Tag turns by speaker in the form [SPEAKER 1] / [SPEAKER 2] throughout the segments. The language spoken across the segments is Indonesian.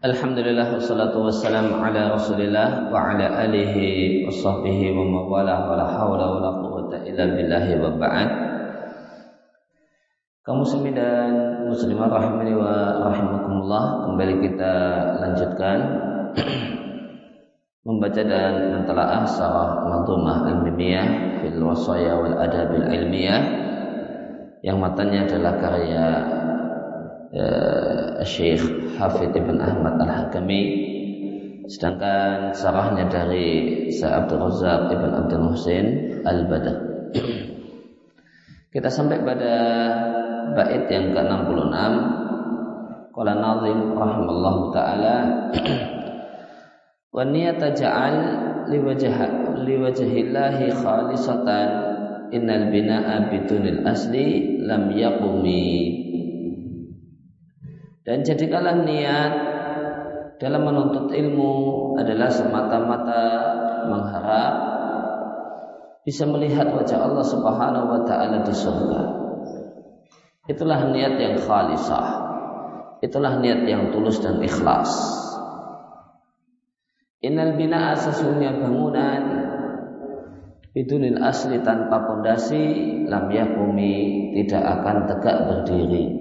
[SPEAKER 1] Alhamdulillah wassalatu wassalamu ala Rasulillah wa ala alihi wa sahbihi wa mawalah wa la hawla wa la quwwata illa billahi wa ba'd. Kaum muslimin dan muslimah rahimani wa rahimakumullah, kembali kita lanjutkan membaca dan mentelaah Syarah Manzumah Al-Mimiyah fil Wasaya wal Adabil Ilmiyah yang matanya adalah karya Syekh Hafidh Ibn Ahmad Al-Hakami, sedangkan sarahnya dari Syekh Abdul Razak Ibn Abdul Muhsin Al-Badr. Kita sampai pada bait yang ke-66. Qala nazim rahimallahu ta'ala wa niyata ja'al liwajhillahi khalisatan innal bina'a bidunil asli lam yaqumi. Dan jadikanlah niat dalam menuntut ilmu adalah semata-mata mengharap bisa melihat wajah Allah Subhanahu wa ta'ala di surga. Itulah niat yang khalisah. Itulah niat yang tulus dan ikhlas. Innal bina'a, sesungguhnya bangunan bidunil asli, tanpa pondasi, lam yakumi, tidak akan tegak berdiri.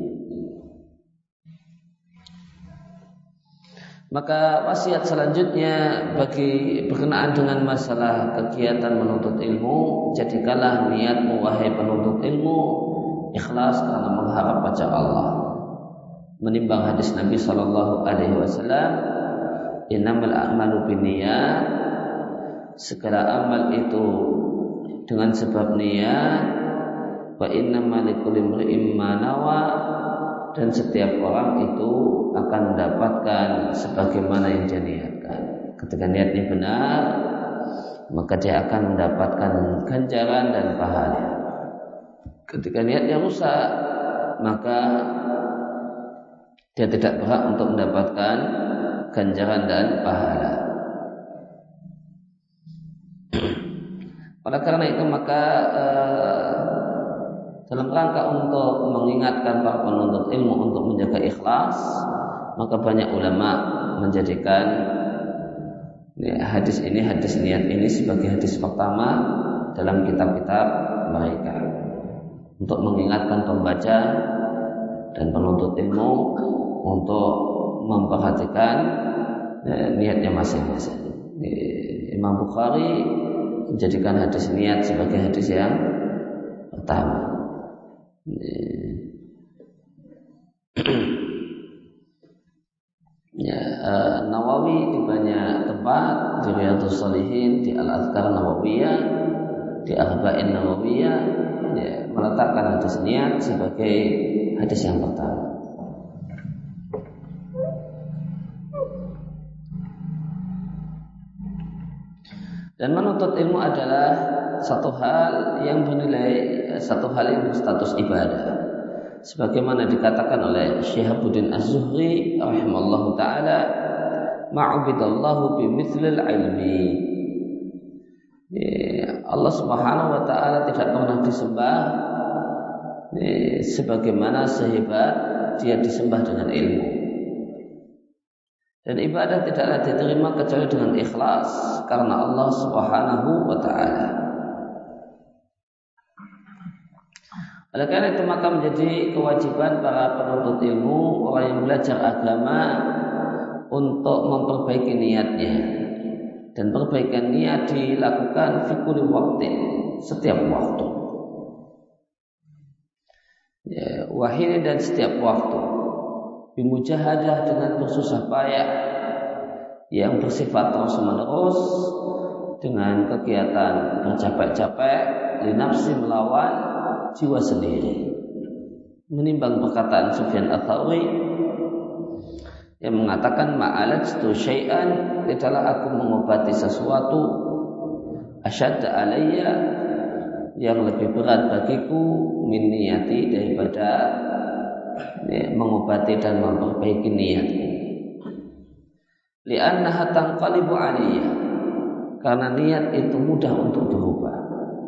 [SPEAKER 1] Maka wasiat selanjutnya bagi berkenaan dengan masalah kegiatan menuntut ilmu, jadikanlah niatmu wahai penuntut ilmu ikhlas karena mengharap wajah Allah. Menimbang hadis Nabi sallallahu alaihi wasallam, innamal a'malu binniyat, segala amal itu dengan sebab niat, wa innamal likulli imri'in ma nawa, dan setiap orang itu akan mendapatkan sebagaimana yang dia niatkan. Ketika niatnya benar, maka dia akan mendapatkan ganjaran dan pahala. Ketika niatnya rusak, maka dia tidak berhak untuk mendapatkan ganjaran dan pahala. Oleh karena itu maka dalam rangka untuk mengingatkan para penuntut ilmu untuk menjaga ikhlas, maka banyak ulama menjadikan hadis niat ini sebagai hadis pertama dalam kitab-kitab mereka, untuk mengingatkan pembaca dan penuntut ilmu untuk memperhatikan niatnya masing-masing. Imam Bukhari menjadikan hadis niat sebagai hadis yang pertama. Nawawi di banyak tempat, di Riyadhus Shalihin, di Al-Adhkar Nawawiyah, di Arba'in Nawawiyah, meletakkan hadis niat sebagai hadis yang pertama. Dan menuntut ilmu adalah satu hal yang berstatus ibadah, sebagaimana dikatakan oleh Syihabuddin Az-Zuhri rahimallahu ta'ala, ma'ubidallahu bimithlil ilmi. Allah Subhanahu wa ta'ala tidak pernah disembah sebagaimana sehebat dia disembah dengan ilmu. Dan ibadah tidaklah diterima kecuali dengan ikhlas karena Allah Subhanahu wa ta'ala. Oleh karena itu maka menjadi kewajiban para penuntut ilmu, orang yang belajar agama, untuk memperbaiki niatnya. Dan perbaikan niat dilakukan fi kulli waqtin, setiap waktu. Wahini, dan setiap waktu. Bimujahadah, dengan bersusah payah yang bersifat terus menerus, dengan kegiatan bercapek-capek, linafsi, melawan jiwa sendiri. Menimbang perkataan Sufyan Ats-Tsauri yang mengatakan ma'alajtu syai'an, tidaklah aku mengobati sesuatu, asyadda alayya, yang lebih berat bagiku, min niyati, daripada mengobati dan memperbaiki niat. Li'annaha tanqalibu alayya, karena niat itu mudah untuk berubah.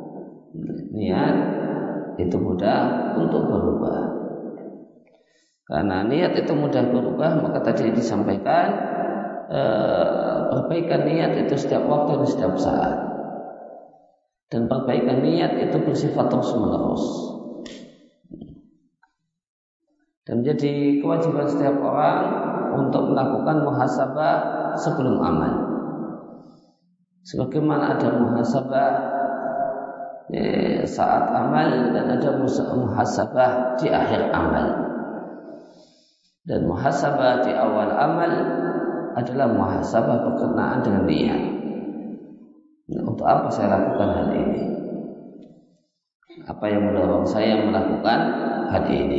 [SPEAKER 1] Niat itu mudah untuk berubah. Karena niat itu mudah berubah, maka tadi disampaikan perbaikan niat itu setiap waktu dan setiap saat. Dan perbaikan niat itu bersifat terus-menerus. Dan menjadi kewajiban setiap orang untuk melakukan muhasabah sebelum amal. Sebagaimana ada muhasabah saat amal dan ada muhasabah di akhir amal. Dan muhasabah di awal amal adalah muhasabah berkenaan dengan niat. Untuk apa saya lakukan hal ini? Apa yang mendorong saya melakukan hal ini?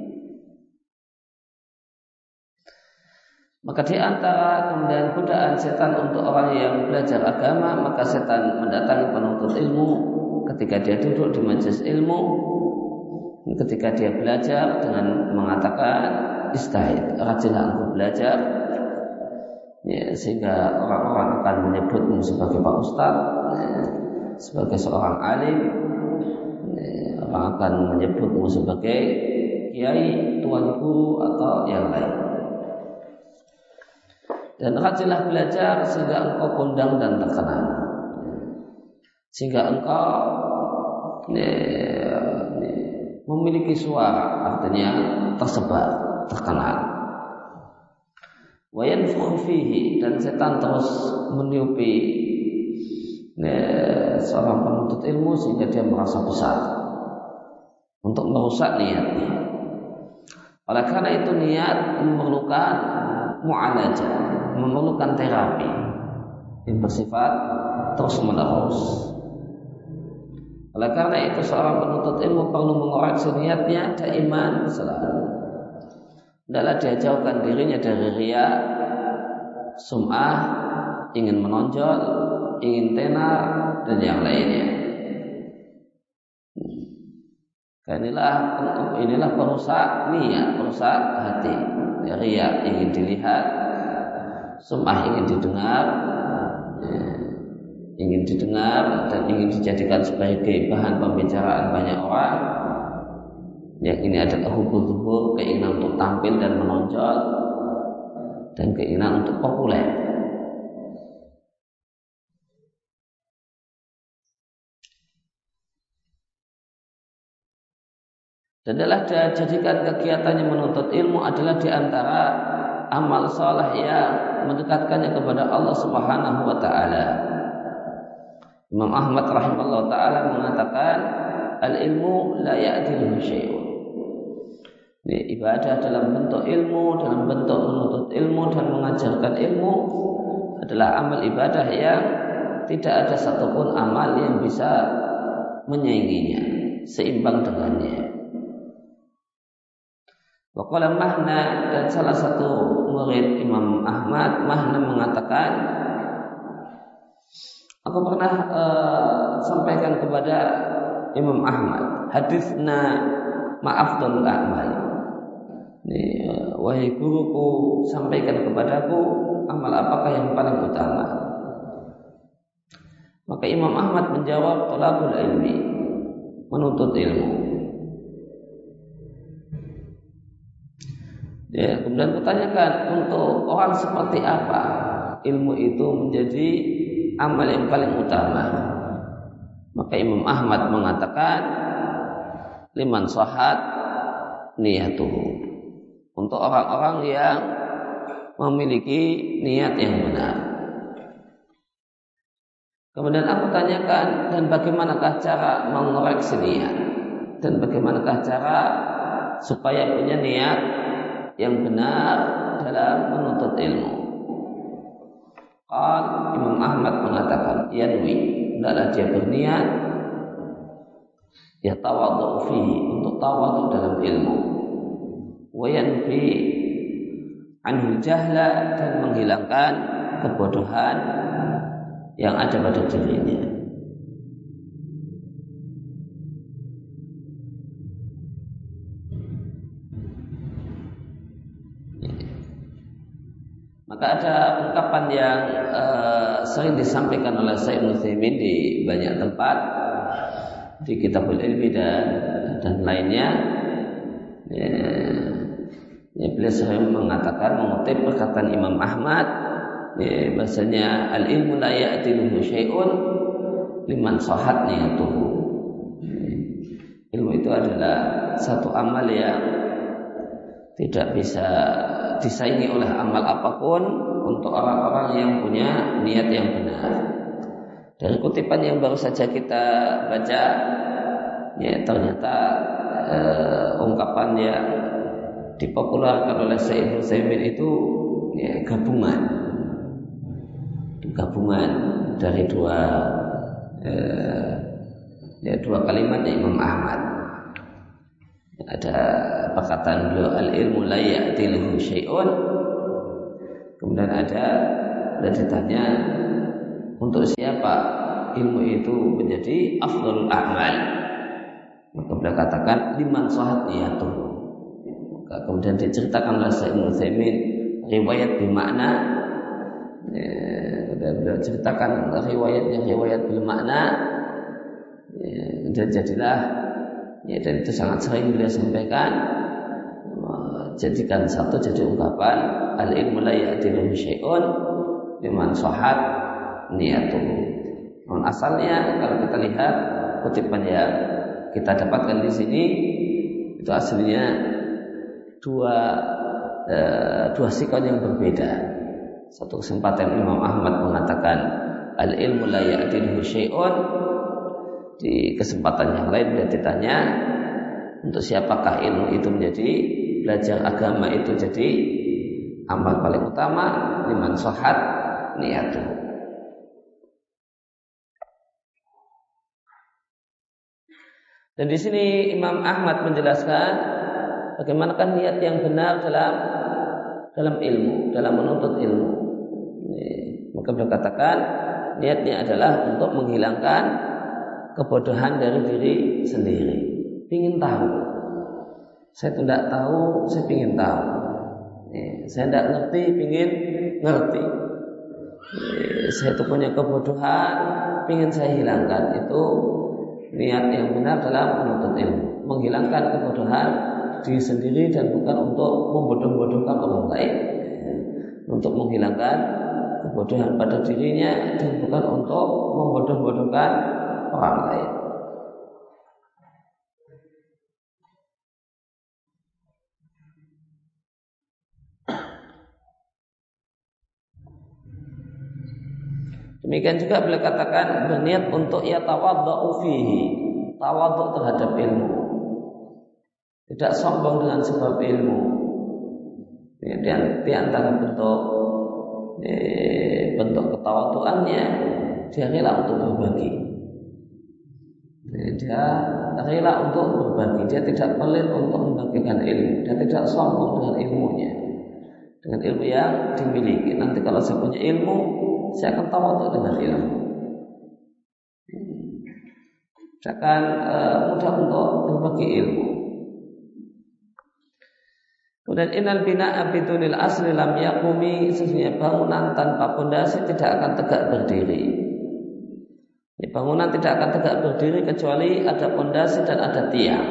[SPEAKER 1] Maka di antara kemudian godaan setan untuk orang yang belajar agama, maka setan mendatangi penuntut ilmu ketika dia duduk di majelis ilmu, ketika dia belajar dengan mengatakan istahid, rajinlah engkau belajar, ya, sehingga orang-orang akan menyebutmu sebagai Pak Ustadz, ya, sebagai seorang alim, ya, orang akan menyebutmu sebagai kiai, tuan guru atau yang lain. Dan rajinlah belajar sehingga engkau kondang dan terkenal, sehingga engkau memiliki suara, artinya tersebar, terkenal. Wa yanfukhu fihi, dan setan terus meniupi seorang penuntut ilmu sehingga dia merasa besar untuk merusak niatnya. Oleh karena itu niat memerlukan mu'alajah, memerlukan terapi yang bersifat terus menerus. Oleh karena itu seorang penuntut ilmu perlu mengoreksi niatnya daiman selalu. Hendaklah dia jauhkan dirinya dari riya, sum'ah, ingin menonjol, ingin tenar, dan yang lainnya. Inilah perusak niat, perusak hati. Riya ingin dilihat, sum'ah ingin didengar, dan ingin dijadikan sebagai bahan pembicaraan banyak orang. Yang ini adalah hubul-hubul, keinginan untuk tampil dan menonjol, dan keinginan untuk populer. Dan adalah dia jadikan kegiatannya menuntut ilmu adalah di antara amal saleh yang mendekatkannya kepada Allah Subhanahu wa taala. Imam Ahmad rahimahullah taala mengatakan, al-ilmu la ya'diluhu syai'un. Ibadah dalam bentuk ilmu, dalam bentuk menuntut ilmu dan mengajarkan ilmu adalah amal ibadah yang tidak ada satupun amal yang bisa menyainginya, seimbang dengannya. Waqala Mahna, dan salah satu murid Imam Ahmad, Mahna mengatakan, aku pernah sampaikan kepada Imam Ahmad, haditsna ma'afdalul a'mal. Wahai guruku, sampaikan kepadaku amal apakah yang paling utama. Maka Imam Ahmad menjawab, thalabul ilmi, menuntut ilmu. Ya, kemudian kutanyakan, untuk orang seperti apa ilmu itu menjadi amal yang paling utama? Maka Imam Ahmad mengatakan, liman shahat niyatuhu, untuk orang-orang yang memiliki niat yang benar. Kemudian aku tanyakan, dan bagaimanakah cara mengoreksi niat, dan bagaimanakah cara supaya punya niat yang benar dalam menuntut ilmu? Imam Ahmad mengatakan, yanwi, hendaklah dia berniat, ya tawadhu fihi, untuk tawadhu dalam ilmu, wa yanfi anhu jahla, dan menghilangkan kebodohan yang ada pada dirinya. Maka ada ungkapan yang sering disampaikan oleh Syekh Utsaimin di banyak tempat, di Kitabul Ilmi dan lainnya, ya, Beliau sering mengatakan, mengutip perkataan Imam Ahmad, bahasanya al-ilmu la ya'tiluhu syai'un liman sahat niyatuhu. Ilmu itu adalah satu amal yang tidak bisa disaingi oleh amal apapun untuk orang-orang yang punya niat yang benar. Dari kutipan yang baru saja kita baca, ternyata ungkapan yang dipopulerkan oleh Syekh Utsaimin itu gabungan dari dua kalimat Imam Ahmad. Ada perkataan beliau, al-ilmu la ya'tiluhu syai'un. Kemudian ada ditanya, untuk siapa ilmu itu menjadi afdhalul a'mal? Maka beliau katakan liman sahat niyatuhu. Kemudian diceritakan oleh Syekh Utsaimin riwayat bermakna, beliau ceritakan riwayat bermakna, dan jadilah dan itu sangat sering beliau sampaikan, jadikan satu jadi ungkapan al-ilmu la ya'tiluhu syai'un liman sahat niyatuhu. Asalnya kalau kita lihat kutipan yang kita dapatkan di sini itu aslinya dua sikon yang berbeda. Satu kesempatan Imam Ahmad mengatakan al-ilmu la ya'tiluhu syai'un. Di kesempatan yang lain dia ditanya, untuk siapakah ilmu itu menjadi, belajar agama itu jadi amal paling utama, liman sahat niyatuhu. Dan di sini Imam Ahmad menjelaskan bagaimanakah niat yang benar dalam ilmu, dalam menuntut ilmu. Maka beliau katakan niatnya adalah untuk menghilangkan kebodohan dari diri sendiri. Pingin tahu, saya tidak tahu, saya pingin tahu. Saya tidak ngerti, pingin ngerti. Saya itu punya kebodohan, pingin saya hilangkan. Itu niat yang benar dalam menuntut ilmu, menghilangkan kebodohan diri sendiri dan bukan untuk membodoh-bodohkan orang lain, untuk menghilangkan kebodohan pada dirinya dan bukan untuk membodoh-bodohkan orang lain. Demikian juga beliau katakan berniat untuk yatawaddau fihi, tawadhu terhadap ilmu, tidak sombong dengan sebab ilmu. Dan di antara bentuk ketawadhuannya, dia rela untuk berbagi. Dia rela untuk berbagi, dia tidak pelit untuk membagikan ilmu, dia tidak sombong dengan ilmunya, dengan ilmu yang dimiliki. Nanti kalau saya punya ilmu, saya akan tawadhu dengan ilmu. Saya akan mudah untuk berbagi ilmu. Kemudian innal bina'a bidunil asli lam yaqumi, sesungguhnya bangunan tanpa pondasi tidak akan tegak berdiri. Bangunan tidak akan tegak berdiri kecuali ada pondasi dan ada tiang.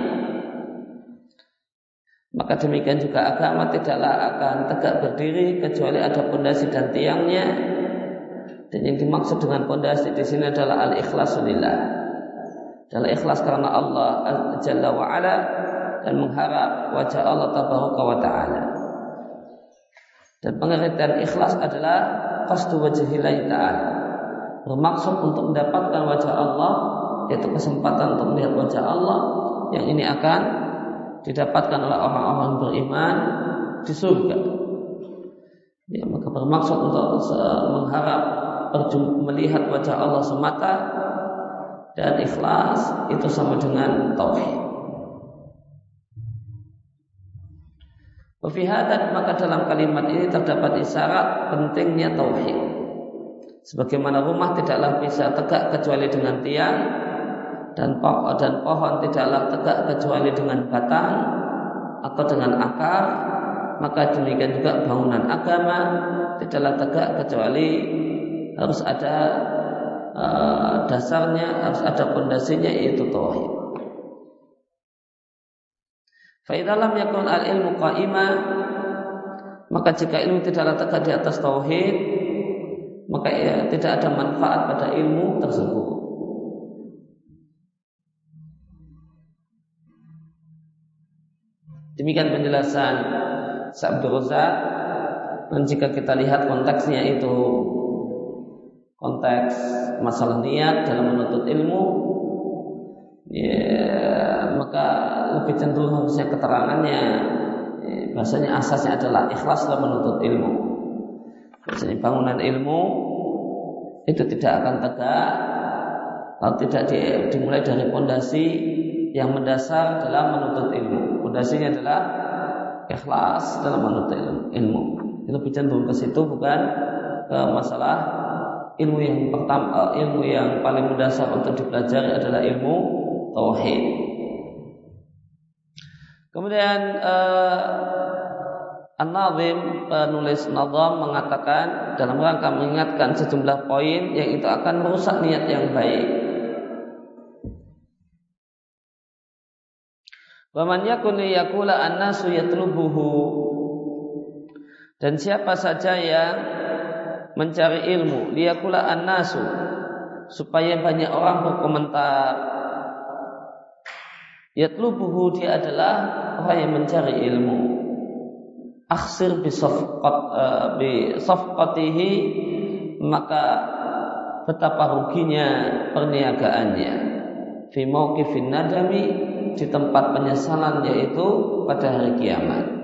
[SPEAKER 1] Maka demikian juga agama tidaklah akan tegak berdiri kecuali ada pondasi dan tiangnya. Dan yang dimaksud dengan pondasi di sini adalah al-ikhlasu lillah, adalah ikhlas karena Allah Jalla wa Ala dan mengharap wajah Allah Tabaraka wa Ta'ala. Dan pengertian ikhlas adalah qasdu wajhillahi ta'ala, bermaksud untuk mendapatkan wajah Allah, yaitu kesempatan untuk melihat wajah Allah yang ini akan didapatkan oleh orang-orang beriman di surga. Maka bermaksud untuk mengharap melihat wajah Allah semata, dan ikhlas itu sama dengan tauhid. Fi hadza, maka dalam kalimat ini terdapat isyarat pentingnya tauhid. Sebagaimana rumah tidaklah bisa tegak kecuali dengan tiang, dan pohon tidaklah tegak kecuali dengan batang atau dengan akar, maka demikian juga bangunan agama tidaklah tegak kecuali harus ada dasarnya, harus ada pondasinya, yaitu tauhid. Fa idza lam yakun al-ilmu qa'ima, maka jika ilmu tidaklah tegak di atas tauhid, maka tidak ada manfaat pada ilmu tersebut. Demikian penjelasan Abdul Razak. Dan jika kita lihat konteksnya itu konteks masalah niat dalam menuntut ilmu, maka lebih cenderung harusnya keterangannya bahasanya asasnya adalah ikhlas dalam menuntut ilmu. Bahasanya bangunan ilmu itu tidak akan tegak kalau tidak dimulai dari pondasi yang mendasar dalam menuntut ilmu. Pondasinya adalah ikhlas dalam menuntut ilmu. Lebih cenderung ke situ, bukan ke masalah ilmu yang pertama, ilmu yang paling mendasar untuk dipelajari adalah ilmu tauhid. Kemudian An-Nazim, penulis Nazam, mengatakan dalam rangka mengingatkan sejumlah poin yang itu akan merusak niat yang baik. Wa man yakun yaqula an-nasu yatlubuhu, dan siapa saja yang mencari ilmu liyaqula an-nasu, supaya banyak orang berkomentar, yatlubuhu, dia adalah orang yang mencari ilmu, akhsir bisafqatihi, maka betapa ruginya perniagaannya, fi mauqifin nadami, di tempat penyesalan, yaitu pada hari kiamat.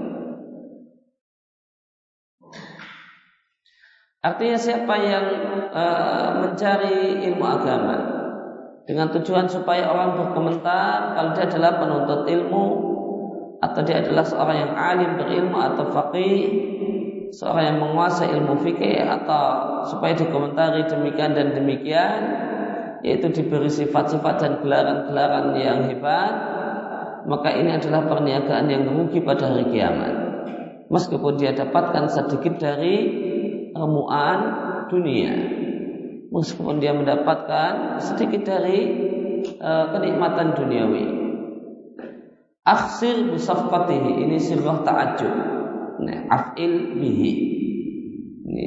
[SPEAKER 1] Artinya siapa yang mencari ilmu agama dengan tujuan supaya orang berkomentar kalau dia adalah penuntut ilmu, atau dia adalah seorang yang alim berilmu atau faqih, seorang yang menguasai ilmu fikih, atau supaya dikomentari demikian dan demikian, yaitu diberi sifat-sifat dan gelaran-gelaran yang hebat, maka ini adalah perniagaan yang rugi pada hari kiamat. Meskipun dia dapatkan sedikit dari remuan dunia, meskipun dia mendapatkan sedikit dari kenikmatan duniawi. Akhsir bisafqatihi, ini sirah ta'ajjub. Nah, af'il bihi. Ini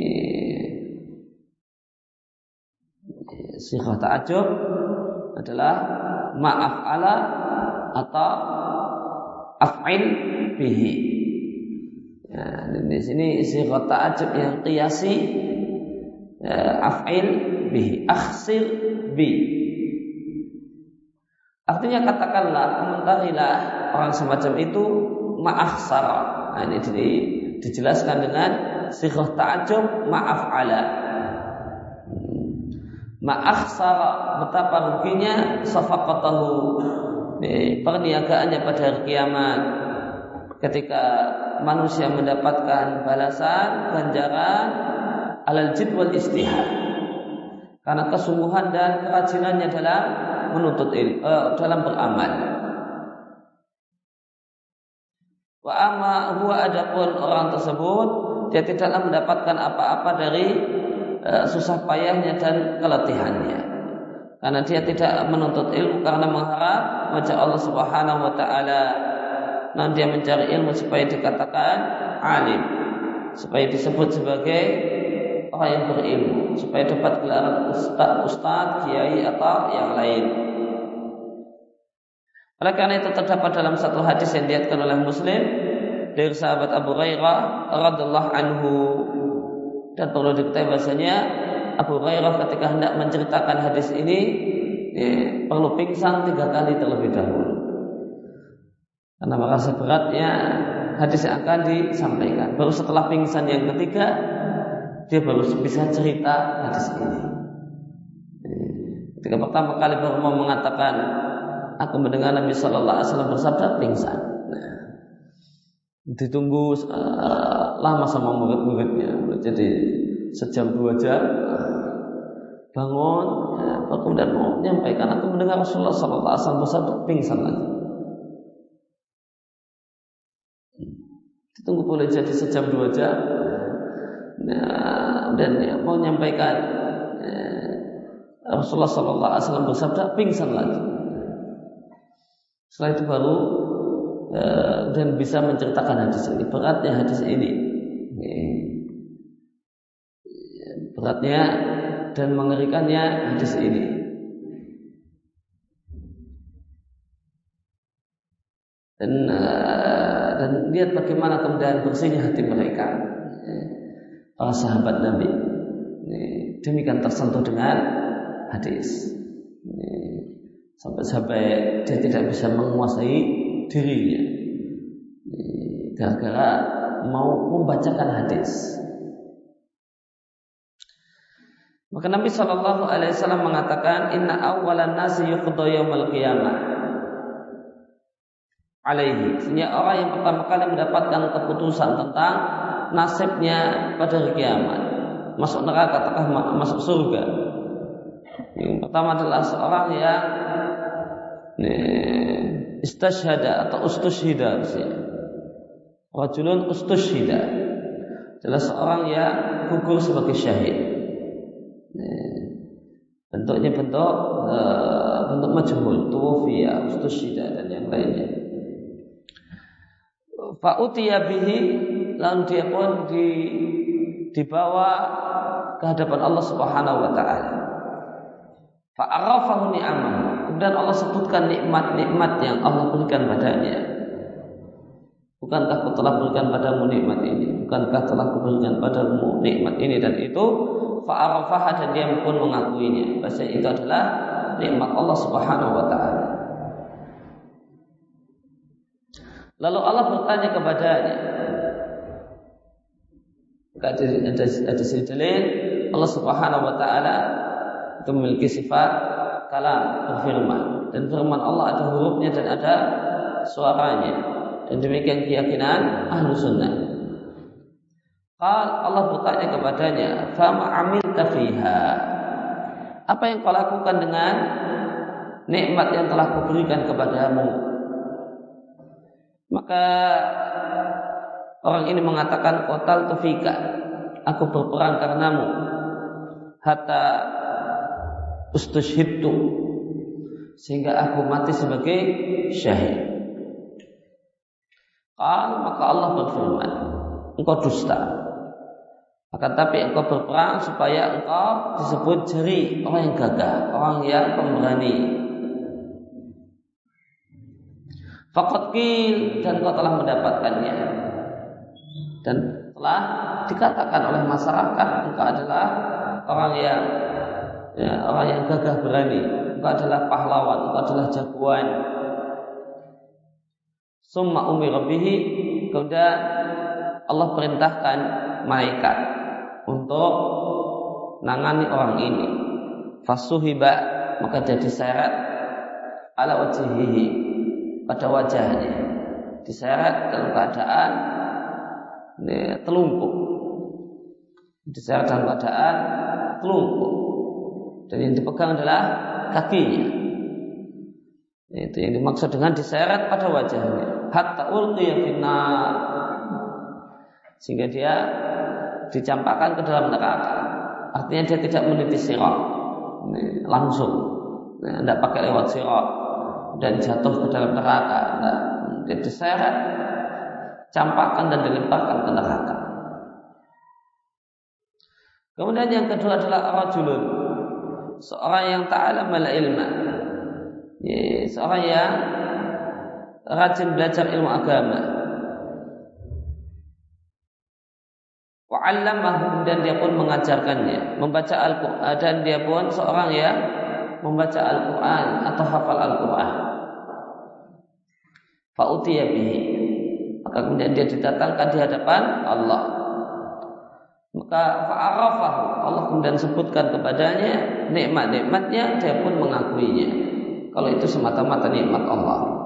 [SPEAKER 1] sirah ta'ajjub adalah ma'af'ala atau af'il bihi. Nah, di sini sirah ta'ajjub yang qiyasi, af'il bihi, akhsir bi. Artinya katakanlah, komentarilah orang semacam itu ma'akhsara. Nah, ini dijelaskan dengan sirah ta'ajjub ma'af'ala. Ma'akhsara, betapa ruginya safaqatahu, perniagaannya pada hari kiamat, ketika manusia mendapatkan balasan, ganjaran alal jid wal istihad, karena kesungguhan dan kerajinannya dalam menuntut ilmu, dalam beramal. Wa amma huwa, adapun orang tersebut dia tidaklah mendapatkan apa-apa dari susah payahnya dan keletihannya, karena dia tidak menuntut ilmu karena mengharap wajah Allah Subhanahu wa taala. Nah, dia mencari ilmu supaya dikatakan alim, supaya disebut sebagai orang yang berilmu, supaya dapat gelaran ustaz, kiai atau yang lain. Oleh karena itu terdapat dalam satu hadis yang diriwayatkan oleh Muslim dari sahabat Abu Hurairah radhiyallahu anhu, dan perlu diketahui bahasanya Abu Hurairah ketika hendak menceritakan hadis ini perlu pingsan 3 kali terlebih dahulu, karena merasa beratnya hadis yang akan disampaikan. Baru setelah pingsan yang ketiga dia baru bisa cerita hadis ini. Ketika pertama kali baru mau mengatakan aku mendengar Nabi Sallallahu Alaihi Wasallam bersabda, pingsan. Ditunggu lama sama murid-muridnya, jadi sejam 2 jam bangun, kemudian mau menyampaikan aku mendengar Rasulullah Sallallahu Alaihi Wasallam bersabda, pingsan lagi. Ditunggu boleh jadi sejam 2 jam, dan mau menyampaikan Rasulullah Sallallahu Alaihi Wasallam bersabda, pingsan lagi. Setelah itu baru dan bisa menceritakan hadis ini. Beratnya hadis ini, beratnya dan mengerikannya hadis ini. Dan lihat bagaimana kemudian bersihnya hati mereka, para sahabat Nabi. Demikian tersentuh dengan hadis. Sampai-sampai dia tidak bisa menguasai dirinya gara-gara mau membacakan hadis. Maka Nabi SAW mengatakan, Inna awwalan nasi yuqda yaumal qiyamah alaihi. Sehingga orang yang pertama kali mendapatkan keputusan tentang nasibnya pada hari kiamat, masuk neraka atau masuk surga. Yang pertama adalah seorang yang istashhada atau ustushhida. Rajulun ustushhida adalah seorang yang gugur sebagai syahid. Bentuknya bentuk majhul, tuwfiya, ustushhida dan yang lainnya. Fa utiya bihi, lalu dia pun dibawa ke hadapan Allah Subhanahu wa taala. Fa arafahu ni'amahu. Kemudian Allah sebutkan nikmat-nikmat yang Allah berikan padanya. Bukankah aku telah berikan padamu nikmat ini? Bukankah telah kuberikan padamu nikmat ini dan itu? Fa arafaha, dan dia pun mengakuinya. Bahasa itu adalah nikmat Allah Subhanahu wa taala. Lalu Allah bertanya kepadanya. Ada dalil Allah Subhanahu wa taala itu memiliki sifat kalam, berfirman, dan firman Allah ada hurufnya dan ada suaranya, dan demikian keyakinan ahlu sunnah. Allah bertanya kepadanya, fama amilta fiha, apa yang kau lakukan dengan nikmat yang telah kuberikan kepadamu? Maka orang ini mengatakan, qataltu fika, aku berperang karenamu, hatta ustushhidtu, sehingga aku mati sebagai syahid. Maka Allah berfirman, engkau dusta. Akan tapi engkau berperang supaya engkau disebut jari, orang yang gagah, orang yang pemberani. Faqad qil, dan engkau telah mendapatkannya, dan telah dikatakan oleh masyarakat engkau adalah orang yang gagah berani, engkau adalah pahlawan, engkau adalah jagoan. Summa umira bihi, kemudian Allah perintahkan malaikat untuk nangani orang ini. Fasuhiba, maka dia diseret ala wajhihi, pada wajahnya, diseret dalam keadaan telungkup, diseret dalam keadaan telungkup, dan yang dipegang adalah kakinya. Itu yang dimaksud dengan diseret pada wajahnya. Hatta ulqiya finnar, sehingga dia dicampakkan ke dalam neraka. Artinya dia tidak meniti sirat langsung, tidak pakai lewat sirat dan jatuh ke dalam neraka. Dia diseret, campakkan dan dilemparkan ke neraka. Kemudian yang kedua adalah rajulun, seorang yang ta'allama al-ilma, seorang yang rajin belajar ilmu agama. Wa 'allamahu, dan dia pun mengajarkannya, membaca Al-Qur'an, dan dia pun seorang yang membaca Al-Qur'an atau hafal Al-Qur'an. Fa utiya bihi, maka kemudian dia didatangkan di hadapan Allah. Maka fa'arafahu, Allah kemudian sebutkan kepadanya nikmat-nikmatnya, dia pun mengakuinya kalau itu semata-mata nikmat Allah.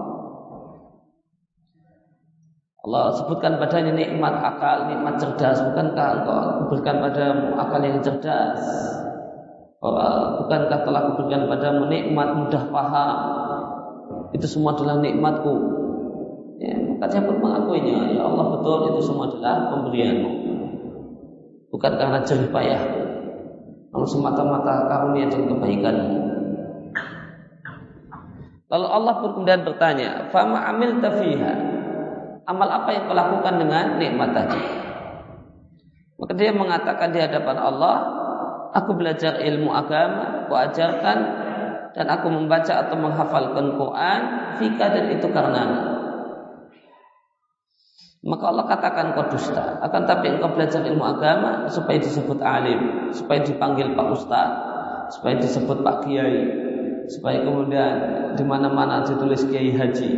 [SPEAKER 1] Allah sebutkan padanya nikmat akal, nikmat cerdas. Bukankah engkau berikan padamu akal yang cerdas? Bukankah telah kuberikan padamu nikmat mudah paham? Itu semua adalah nikmatku. Maka dia pun mengakuinya, ya Allah, betul itu semua adalah pemberianmu, bukan karena jerih payahku, namun semata-mata karunia dan kebaikanmu. Lalu Allah pun kemudian bertanya, "Fama amilta fiha?" Amal apa yang kau lakukan dengan nikmat tadi? Maka dia mengatakan di hadapan Allah, "Aku belajar ilmu agama, aku ajarkan, dan aku membaca atau menghafalkan Quran, fika, dan itu karena." Maka Allah katakan, "Kau dusta. Akan tapi engkau belajar ilmu agama supaya disebut alim, supaya dipanggil Pak Ustaz, supaya disebut Pak Kiai, supaya kemudian di mana-mana ditulis Kiai Haji."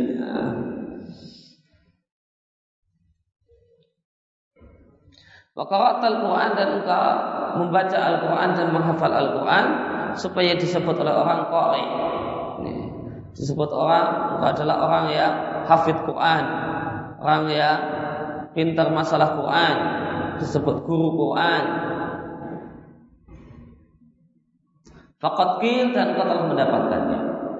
[SPEAKER 1] Wa qara'tal Quran, dan engkau membaca Al-Quran dan menghafal Al-Quran supaya disebut oleh orang qari. Disebut orang engkau adalah orang yang hafidh Quran, orang yang pintar masalah Quran, disebut guru Quran. Faqad qil, dan engkau telah mendapatkannya.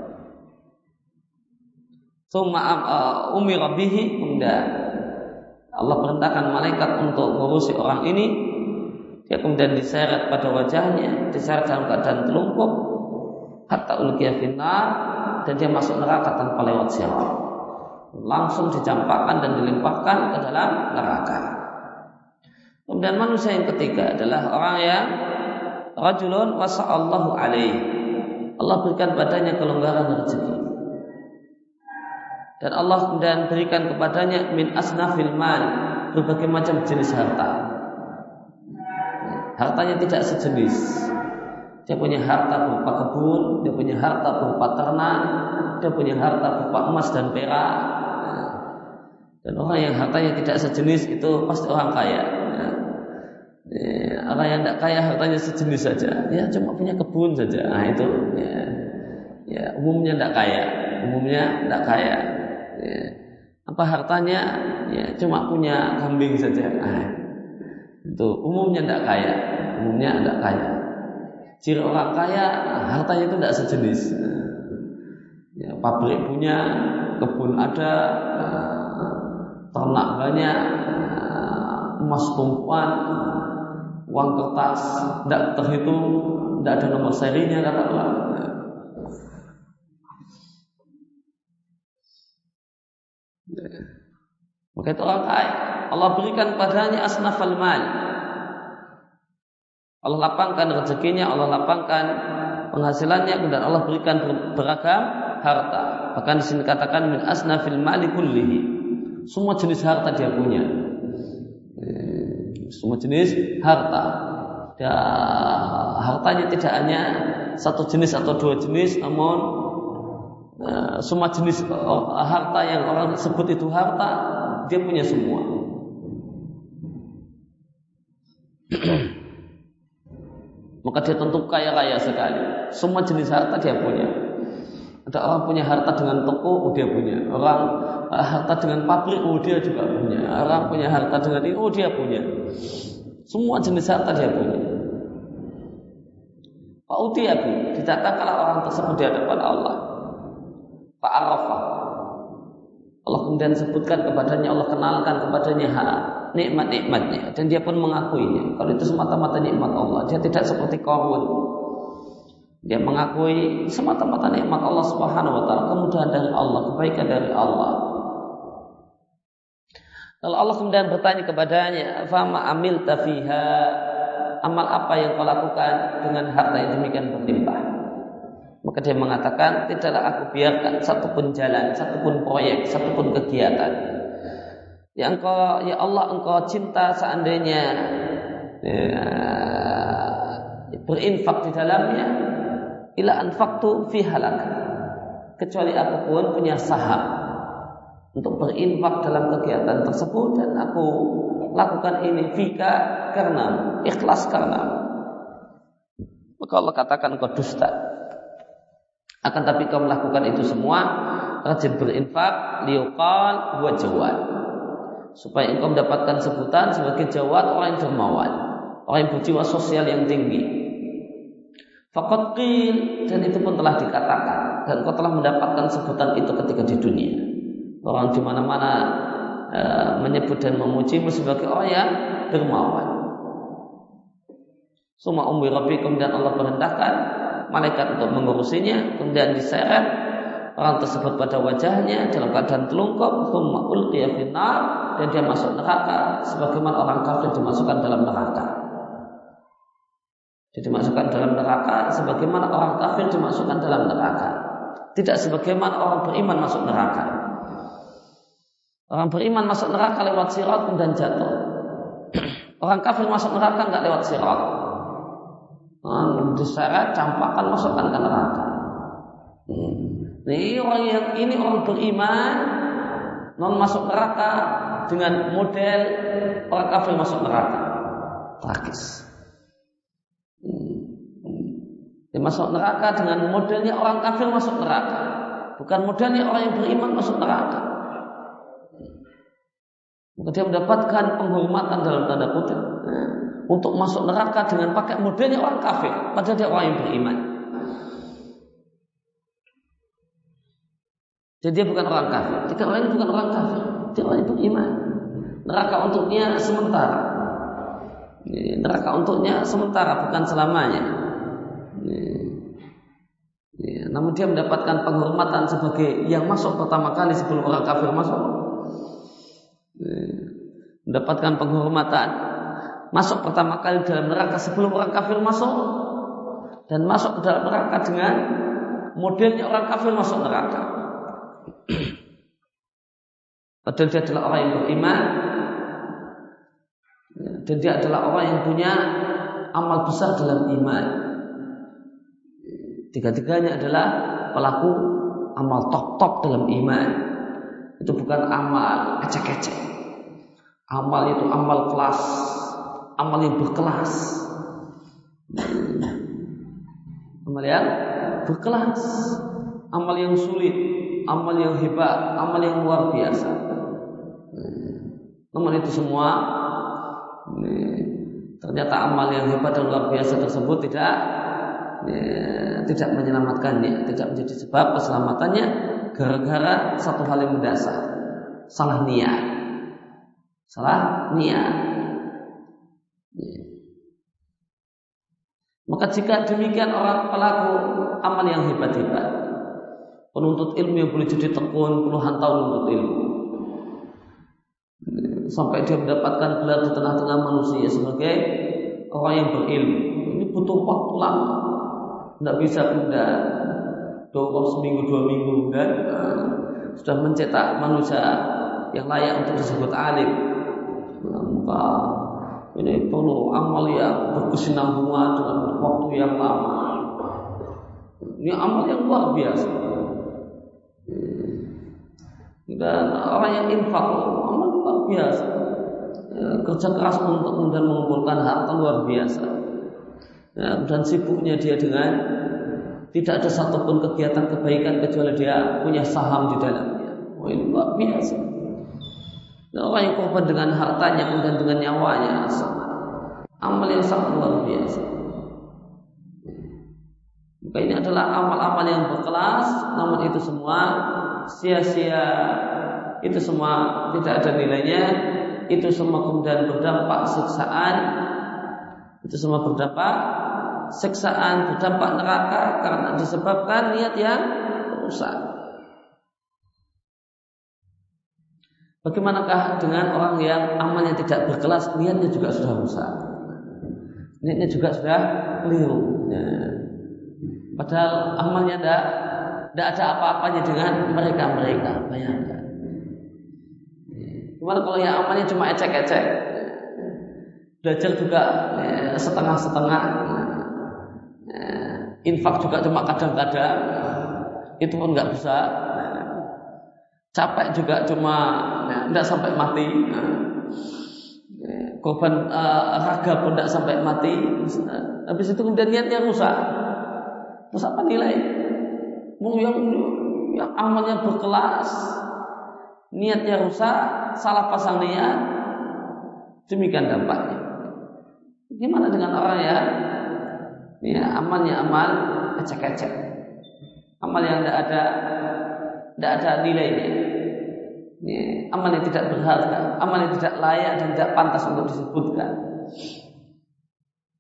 [SPEAKER 1] Summa umira bihi, kemudian Allah perintahkan malaikat untuk mengurusi orang ini. Dia kemudian diseret pada wajahnya, diseret dalam keadaan telungkup, hatta ulqiya finnar, dan dia masuk neraka tanpa lewat sirat. Langsung dicampakkan dan dilimpahkan ke dalam neraka. Kemudian manusia yang ketiga adalah orang yang rajulun wasa'allahu alaihi. Allah berikan padanya kelonggaran rezeki. Dan Allah kemudian berikan kepadanya min asnafil mal, berbagai macam jenis harta. Hartanya tidak sejenis. Dia punya harta berupa kebun, dia punya harta berupa ternak, dia punya harta berupa emas dan perak. Dan orang yang hartanya tidak sejenis itu pasti orang kaya. Orang yang tidak kaya hartanya sejenis saja, ya cuma punya kebun saja. Nah itu ya umumnya tidak kaya, Apa hartanya? Ya cuma punya kambing saja. Nah, itu umumnya tidak kaya. Ciri orang kaya, hartanya itu tidak sejenis. Ya, pabrik punya, kebun ada, ternak banyak, emas tumpuan, uang kertas tidak terhitung, tidak ada nomor serinya, katakanlah. Maka itu orang kaya. Allah berikan padanya asnafal mal. Allah lapangkan rezekinya, Allah lapangkan penghasilannya, dan Allah berikan beragam harta. Bahkan di sini katakan min asnafil mali kullihi. Semua jenis harta dia punya. Semua jenis harta. Hartanya tidak hanya satu jenis atau dua jenis, namun semua jenis harta yang orang sebut itu harta, dia punya semua. Maka dia tentu kaya raya sekali. Semua jenis harta dia punya. Ada orang punya harta dengan toko, dia punya. Orang harta dengan pabrik, dia juga punya. Orang punya harta dengan ini, dia punya. Semua jenis harta dia punya. Pak Utiyabi, didatangkanlah orang tersebut di hadapan Allah. Pak Arafah, Allah kemudian sebutkan kepadanya, Allah kenalkan kepadanya nikmat-nikmatnya, dan dia pun mengakuinya. Kalau itu semata-mata nikmat Allah, dia tidak seperti Qarun. Dia mengakui semata-mata nikmat Allah Subhanahu wa taala, kemudahan dari Allah, kebaikan dari Allah. Lalu Allah kemudian bertanya kepadanya, "Fama amilta fiha?" Amal apa yang kau lakukan dengan harta yang demikian berlimpah? Maka dia mengatakan, tidaklah aku biarkan satupun jalan, satupun proyek, satupun kegiatan yang ya Allah, engkau cinta seandainya berinfak di dalamnya, ila anfaqtu fi halak, kecuali aku pun punya saham untuk berinfak dalam kegiatan tersebut, dan aku lakukan ini fika, karena ikhlas karena. Maka Allah katakan, engkau dusta. Akan tapi kau melakukan itu semua rajin berinfak, liuqal wa jawad, supaya engkau mendapatkan sebutan sebagai jawad, orang yang dermawan, orang yang berjiwa sosial yang tinggi. Faqad qil, dan itu pun telah dikatakan, dan engkau telah mendapatkan sebutan itu ketika di dunia. Orang di mana-mana menyebut dan memujimu sebagai orang yang dermawan. Summa ummi rabbi, kemudian Allah perintahkan malaikat untuk mengurusinya, kemudian diseret orang tersebut pada wajahnya dalam keadaan telungkup, tsumma ulqiya finnar, dan dia masuk neraka sebagaimana orang kafir dimasukkan dalam neraka. Dia dimasukkan dalam neraka sebagaimana orang kafir dimasukkan dalam neraka. Tidak sebagaimana orang beriman masuk neraka. Orang beriman masuk neraka lewat sirat dan jatuh. Orang kafir masuk neraka enggak lewat sirat. Diseret, campakan, masukkan ke neraka. Ini orang beriman non masuk neraka dengan model orang kafir masuk neraka. Tragis. Dia masuk neraka dengan modelnya orang kafir masuk neraka, bukan modelnya orang yang beriman masuk neraka. Maka dia mendapatkan penghormatan dalam tanda kutip untuk masuk neraka dengan pakai modelnya orang kafir, padahal dia orang yang beriman. Jadi dia bukan orang kafir. Jika orang ini bukan orang kafir, dia orang yang beriman. Neraka untuknya sementara. Neraka untuknya sementara, bukan selamanya. Namun dia mendapatkan penghormatan sebagai yang masuk pertama kali sebelum orang kafir masuk. Mendapatkan penghormatan masuk pertama kali dalam neraka sebelum orang kafir masuk, dan masuk ke dalam neraka dengan modelnya orang kafir masuk neraka. Padahal dia adalah orang yang beriman, dan dia adalah orang yang punya amal besar dalam iman. Tiga-tiganya adalah pelaku amal top-top dalam iman. Itu bukan amal ecek-ecek. Amal itu amal kelas, amal yang berkelas. Amal yang berkelas, amal yang sulit, amal yang hebat, amal yang luar biasa. Namun itu semua ternyata amal yang hebat dan luar biasa tersebut tidak menyelamatkannya, tidak menjadi sebab keselamatannya, gara-gara satu hal yang mendasar, salah niat. Maka jika demikian orang pelaku amal yang hebat-hebat, penuntut ilmu yang boleh jadi tekun puluhan tahun menuntut ilmu, sampai dia mendapatkan gelar di tengah-tengah manusia sebagai orang yang berilmu, ini butuh waktu lama. Tidak bisa mudah dalam seminggu 2 minggu dan sudah mencetak manusia yang layak untuk disebut alim. Maka ini perlu amal yang berkesinambungan dengan waktu yang lama. Ini amal yang luar biasa. Dan orang yang infak, amal luar biasa. Kerja keras untuk kemudian mengumpulkan harta luar biasa. Dan sibuknya dia dengan tidak ada satupun kegiatan kebaikan kecuali dia punya saham di dalamnya. Ini luar biasa. Dan orang yang korban dengan hartanya dan dengan nyawanya, amal yang sangat luar biasa. Maka ini adalah amal-amal yang berkelas, namun itu semua sia-sia, itu semua tidak ada nilainya, itu semua kemudian berdampak siksaan, itu semua berdampak siksaan, berdampak neraka karena disebabkan niat yang rusak. Bagaimanakah dengan orang yang amalnya tidak berkelas, niatnya juga sudah rusak, niatnya juga sudah keliru. Padahal amalnya tidak ada apa-apanya dengan mereka. Bayangkan. Gimana kalau yang amalnya cuma ecek-ecek, belajar juga setengah-setengah, infak juga cuma kadang-kadang, itu pun nggak bisa. Capek juga cuma tidak sampai mati, korban raga pun tidak sampai mati. Habis itu kemudian niatnya rusak. Terus apa nilai? Yang amalnya berkelas, niatnya rusak, salah pasang niat, demikian dampaknya. Gimana dengan orang ya amalnya amal ecek-ecek, amal yang tidak ada nilainya, amal yang tidak berharga, amal yang tidak layak dan tidak pantas untuk disebutkan.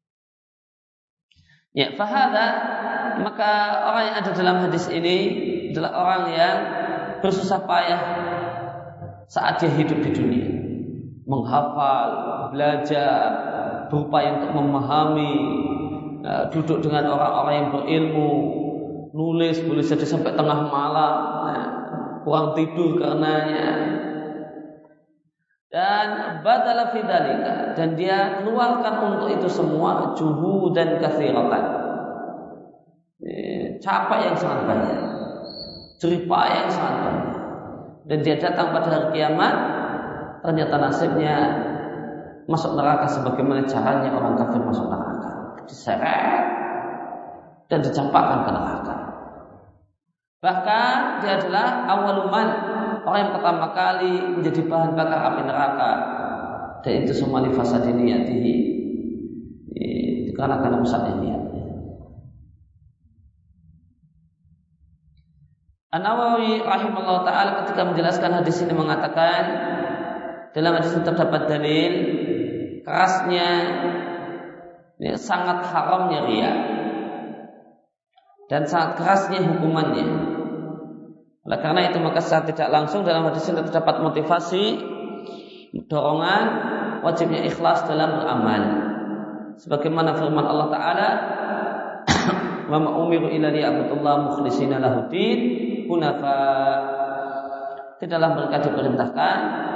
[SPEAKER 1] Ya, fahada, maka orang yang ada dalam hadis ini adalah orang yang bersusah payah saat dia hidup di dunia, menghafal, belajar, berupaya untuk memahami, duduk dengan orang-orang yang berilmu, nulis boleh jadi sampai tengah malam, kurang tidur karenanya, dan badala fidzalika, dan dia keluarkan untuk itu semua juhudan katsiratan, capek yang sangat banyak, jerih payah yang sangat banyak, dan dia datang pada hari kiamat, ternyata nasibnya masuk neraka sebagaimana caranya orang kafir masuk neraka, diseret dan dicampakkan ke neraka. Bahkan dia adalah awaluman, orang yang pertama kali menjadi bahan bakar api neraka, dan itu semua lifasadi niyatihi, dikarenakan rusaknya niatnya. An-Nawawi rahimahullah ta'ala ketika menjelaskan hadis ini mengatakan, dalam hadis ini terdapat dalil kerasnya, sangat haramnya riya, dan sangat kerasnya hukumannya. Oleh karena itu maka secara tidak langsung dalam hadis ini terdapat motivasi, dorongan wajibnya ikhlas dalam beramal. Sebagaimana firman Allah Ta'ala, wa ma umiru illa liya'budullah mukhlishina lahuddin hunafa. Tidaklah mereka diperintahkan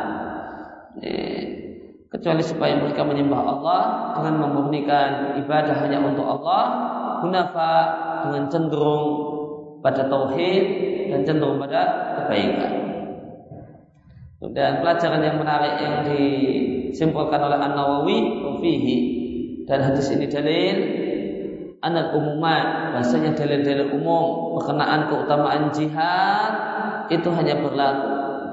[SPEAKER 1] kecuali supaya mereka menyembah Allah dengan memurnikan ibadah hanya untuk Allah, hunafa, dengan cenderung pada tauhid dan cenderung pada kebaikan. Dan pelajaran yang menarik yang disimpulkan oleh An-Nawawi fihi, dan hadis ini dalil anal umumat, bahasanya dalil-dalil umum berkenaan keutamaan jihad itu hanya berlaku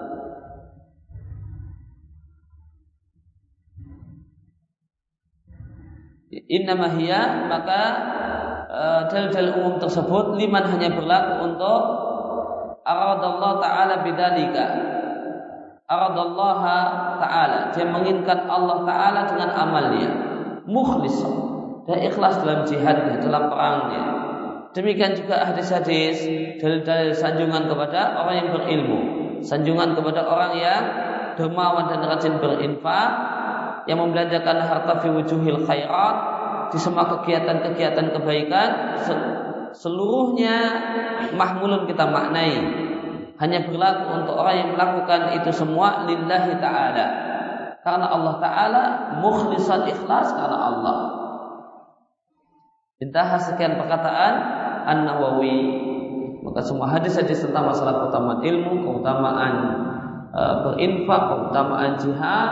[SPEAKER 1] innama hiya, maka dalil-dalil umum tersebut liman hanya berlaku untuk aradallahu ta'ala bidzalika, aradallaha ta'ala, dia menginginkan Allah Ta'ala dengan amalnya, mukhlishan, dan ikhlas dalam jihadnya, dalam perangnya. Demikian juga hadis-hadis, dalil-dalil sanjungan kepada orang yang berilmu, sanjungan kepada orang yang dermawan dan rajin berinfak, yang membelanjakan harta fi wujuhil khairat, di semua kegiatan-kegiatan kebaikan, seluruhnya mahmulun kita maknai, hanya berlaku untuk orang yang melakukan itu semua lillahi ta'ala, karena Allah Ta'ala, mukhlisan, ikhlas karena Allah. Intah sekian perkataan An-Nawawi. Maka semua hadis-hadis tentang masalah keutamaan ilmu, keutamaan berinfak, keutamaan jihad,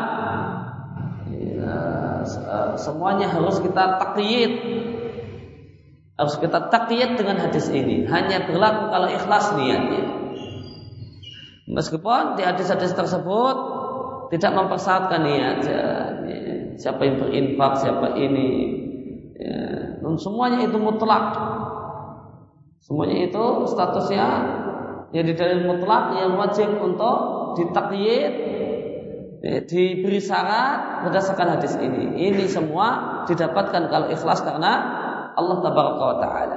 [SPEAKER 1] semuanya harus kita taqyid, harus kita taqyid dengan hadis ini. Hanya berlaku kalau ikhlas niatnya. Meskipun di hadis-hadis tersebut tidak mempersyaratkan niat, siapa yang berinfak, siapa ini, dan semuanya itu mutlak. Semuanya itu statusnya jadi dalil mutlak yang wajib untuk ditaqyid, diberi syarat berdasarkan hadis ini. Ini semua didapatkan kalau ikhlas karena Allah Tabaraka wa Ta'ala.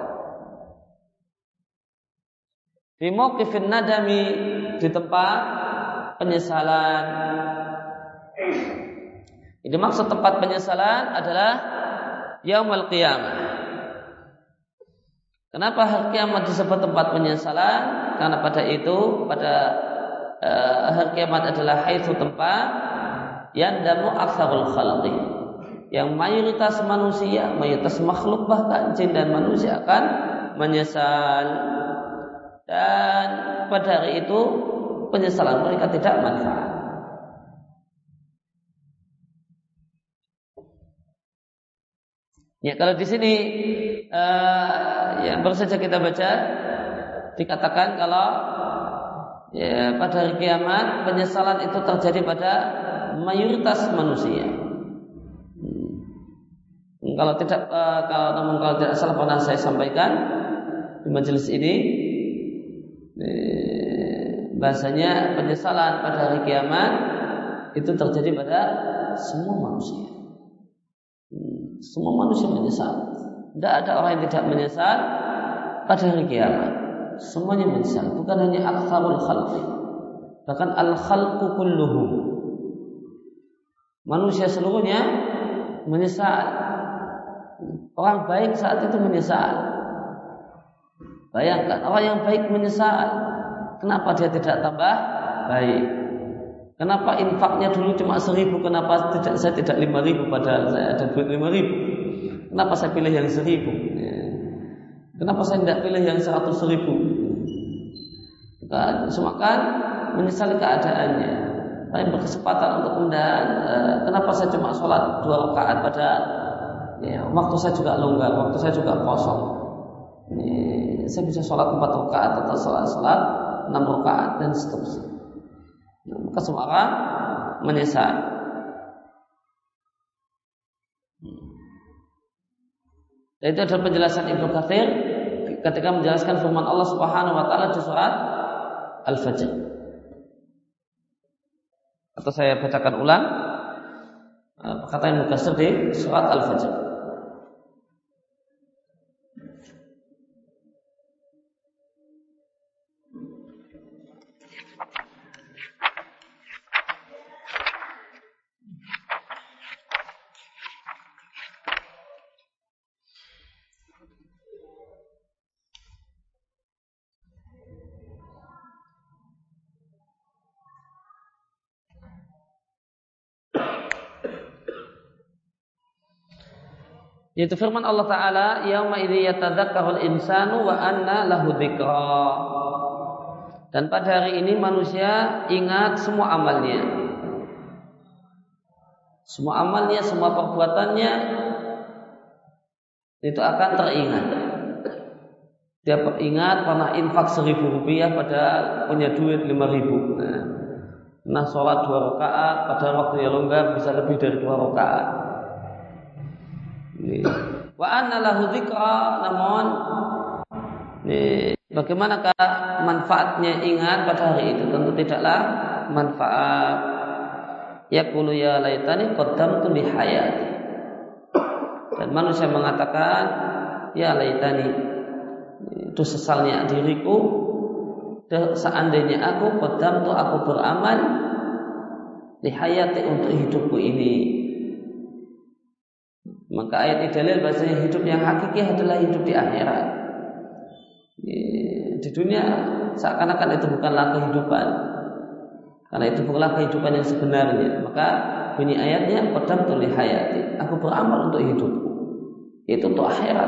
[SPEAKER 1] Di mauqifin nadami, di tempat penyesalan. Ini maksud tempat penyesalan adalah yaumul qiyamah. Kenapa hari kiamat disebut tempat penyesalan? Karena pada hari kiamat adalah haitsu tempat yandamu aktsarul khalqi, yang mayoritas manusia, mayoritas makhluk bahkan jin dan manusia akan menyesal, dan pada hari itu penyesalan mereka tidak manfaat. Ya, kalau di sini yang baru saja kita baca dikatakan kalau ya, pada hari kiamat penyesalan itu terjadi pada mayoritas manusia. Kalau tidak salah pernah saya sampaikan di majelis ini, bahasanya penyesalan pada hari kiamat itu terjadi pada semua manusia. Semua manusia menyesal. Tidak ada orang yang tidak menyesal pada hari kiamat. semuanya menyesal, bukan hanya aktsarul khalqi, bahkan al-khalqu kulluhum. Manusia seluruhnya menyesal. Orang baik saat itu menyesal. Bayangkan orang yang baik menyesal. Kenapa dia tidak tambah baik? Kenapa infaknya dulu cuma 1.000? Kenapa saya tidak 5.000 padahal saya ada duit 5.000? Kenapa saya pilih yang 1.000? Kenapa saya tidak pilih yang 100.000? Semakan menyesal keadaannya. Saya berkesempatan untuk kemudian kenapa saya cuma sholat 2 rakaat padahal waktu saya juga longgar, waktu saya juga kosong. Saya bisa sholat 4 rakaat atau sholat 6 rakaat dan seterusnya. Maka semua orang menyesal. Dan itu adalah penjelasan Ibnu Katsir ketika menjelaskan firman Allah Subhanahu wa taala di surat Al-Fajr. Atau saya bacakan ulang perkataan Ibnu Katsir di surat Al-Fajr. Yaitu firman Allah Ta'ala, yauma idzi yatadzakkarul insanu wa anna lahu dzikra. Dan pada hari ini manusia ingat semua amalnya. Semua amalnya, semua perbuatannya itu akan teringat. Dia ingat pernah infak 1.000 rupiah padahal punya duit 5.000. Nah, sholat 2 rakaat padahal waktunya longgar bisa lebih dari 2 rakaat. Wa anna lahu dzikra, namun bagaimanakah manfaatnya ingat pada hari itu? Tentu tidaklah manfaat. Yaqulu ya laitani qaddamtu li hayati. Dan manusia mengatakan ya laitani, itu sesalnya diriku seandainya aku qaddamtu, aku beramal li hayati, untuk hidupku ini. Maka ayat ini dalil bahasanya hidup yang hakiki adalah hidup di akhirat. Di dunia seakan-akan itu bukanlah kehidupan, karena itu bukanlah kehidupan yang sebenarnya. Maka bunyi ayatnya qaddamtu li hayati, aku beramal untuk hidupku, itu untuk akhirat.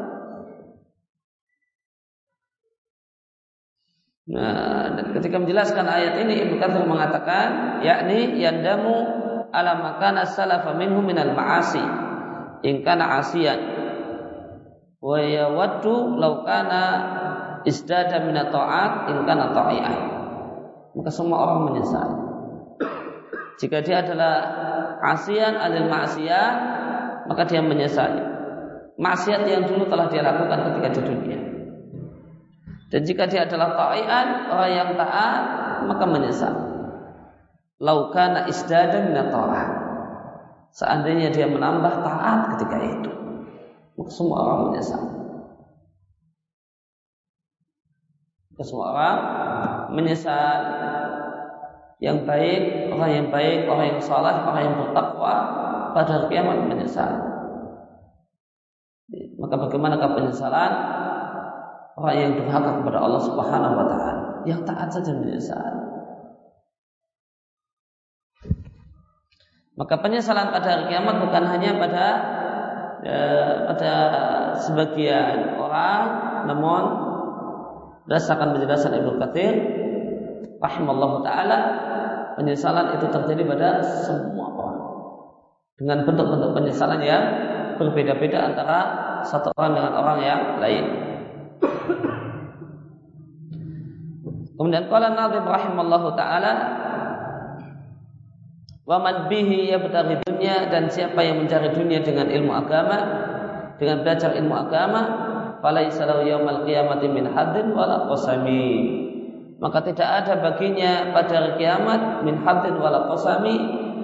[SPEAKER 1] Nah, dan ketika menjelaskan ayat ini Ibnu Katsir mengatakan yakni yandamu ala makana salafa minhu minal ma'asi in kana asiyan wa yawaddu law kana isdada min ta'at in kana ta'i'an. Maka semua orang menyesal jika dia adalah asiyan alil ma'siyah, maka dia menyesali maksiat yang dulu telah dia lakukan ketika di dunia. Dan jika dia adalah ta'i'an, orang yang taat, maka menyesal. Law kana isdada min ta'at, seandainya dia menambah taat ketika itu, maka semua orang menyesal. Semua orang menyesal. Yang baik, orang yang saleh, orang yang bertakwa pada hari kiamat menyesal. Maka bagaimanakah penyesalan orang yang durhaka kepada Allah Subhanahu wa taala? Yang taat saja menyesal. Maka penyesalan pada hari kiamat bukan hanya pada sebagian orang, namun berdasarkan penjelasan Ibnu Katsir rahimallahu taala, penyesalan itu terjadi pada semua orang dengan bentuk-bentuk penyesalan yang berbeda-beda antara satu orang dengan orang yang lain. Kemudian qala Nadhim rahimallahu taala, wa man bihi yabtaghi dunya, dan siapa yang mencari dunia dengan ilmu agama, dengan belajar ilmu agama, falaisa lahu yaumal qiyamati min haddin wala qasami, maka tidak ada baginya pada hari kiamat min haddin wala qasami,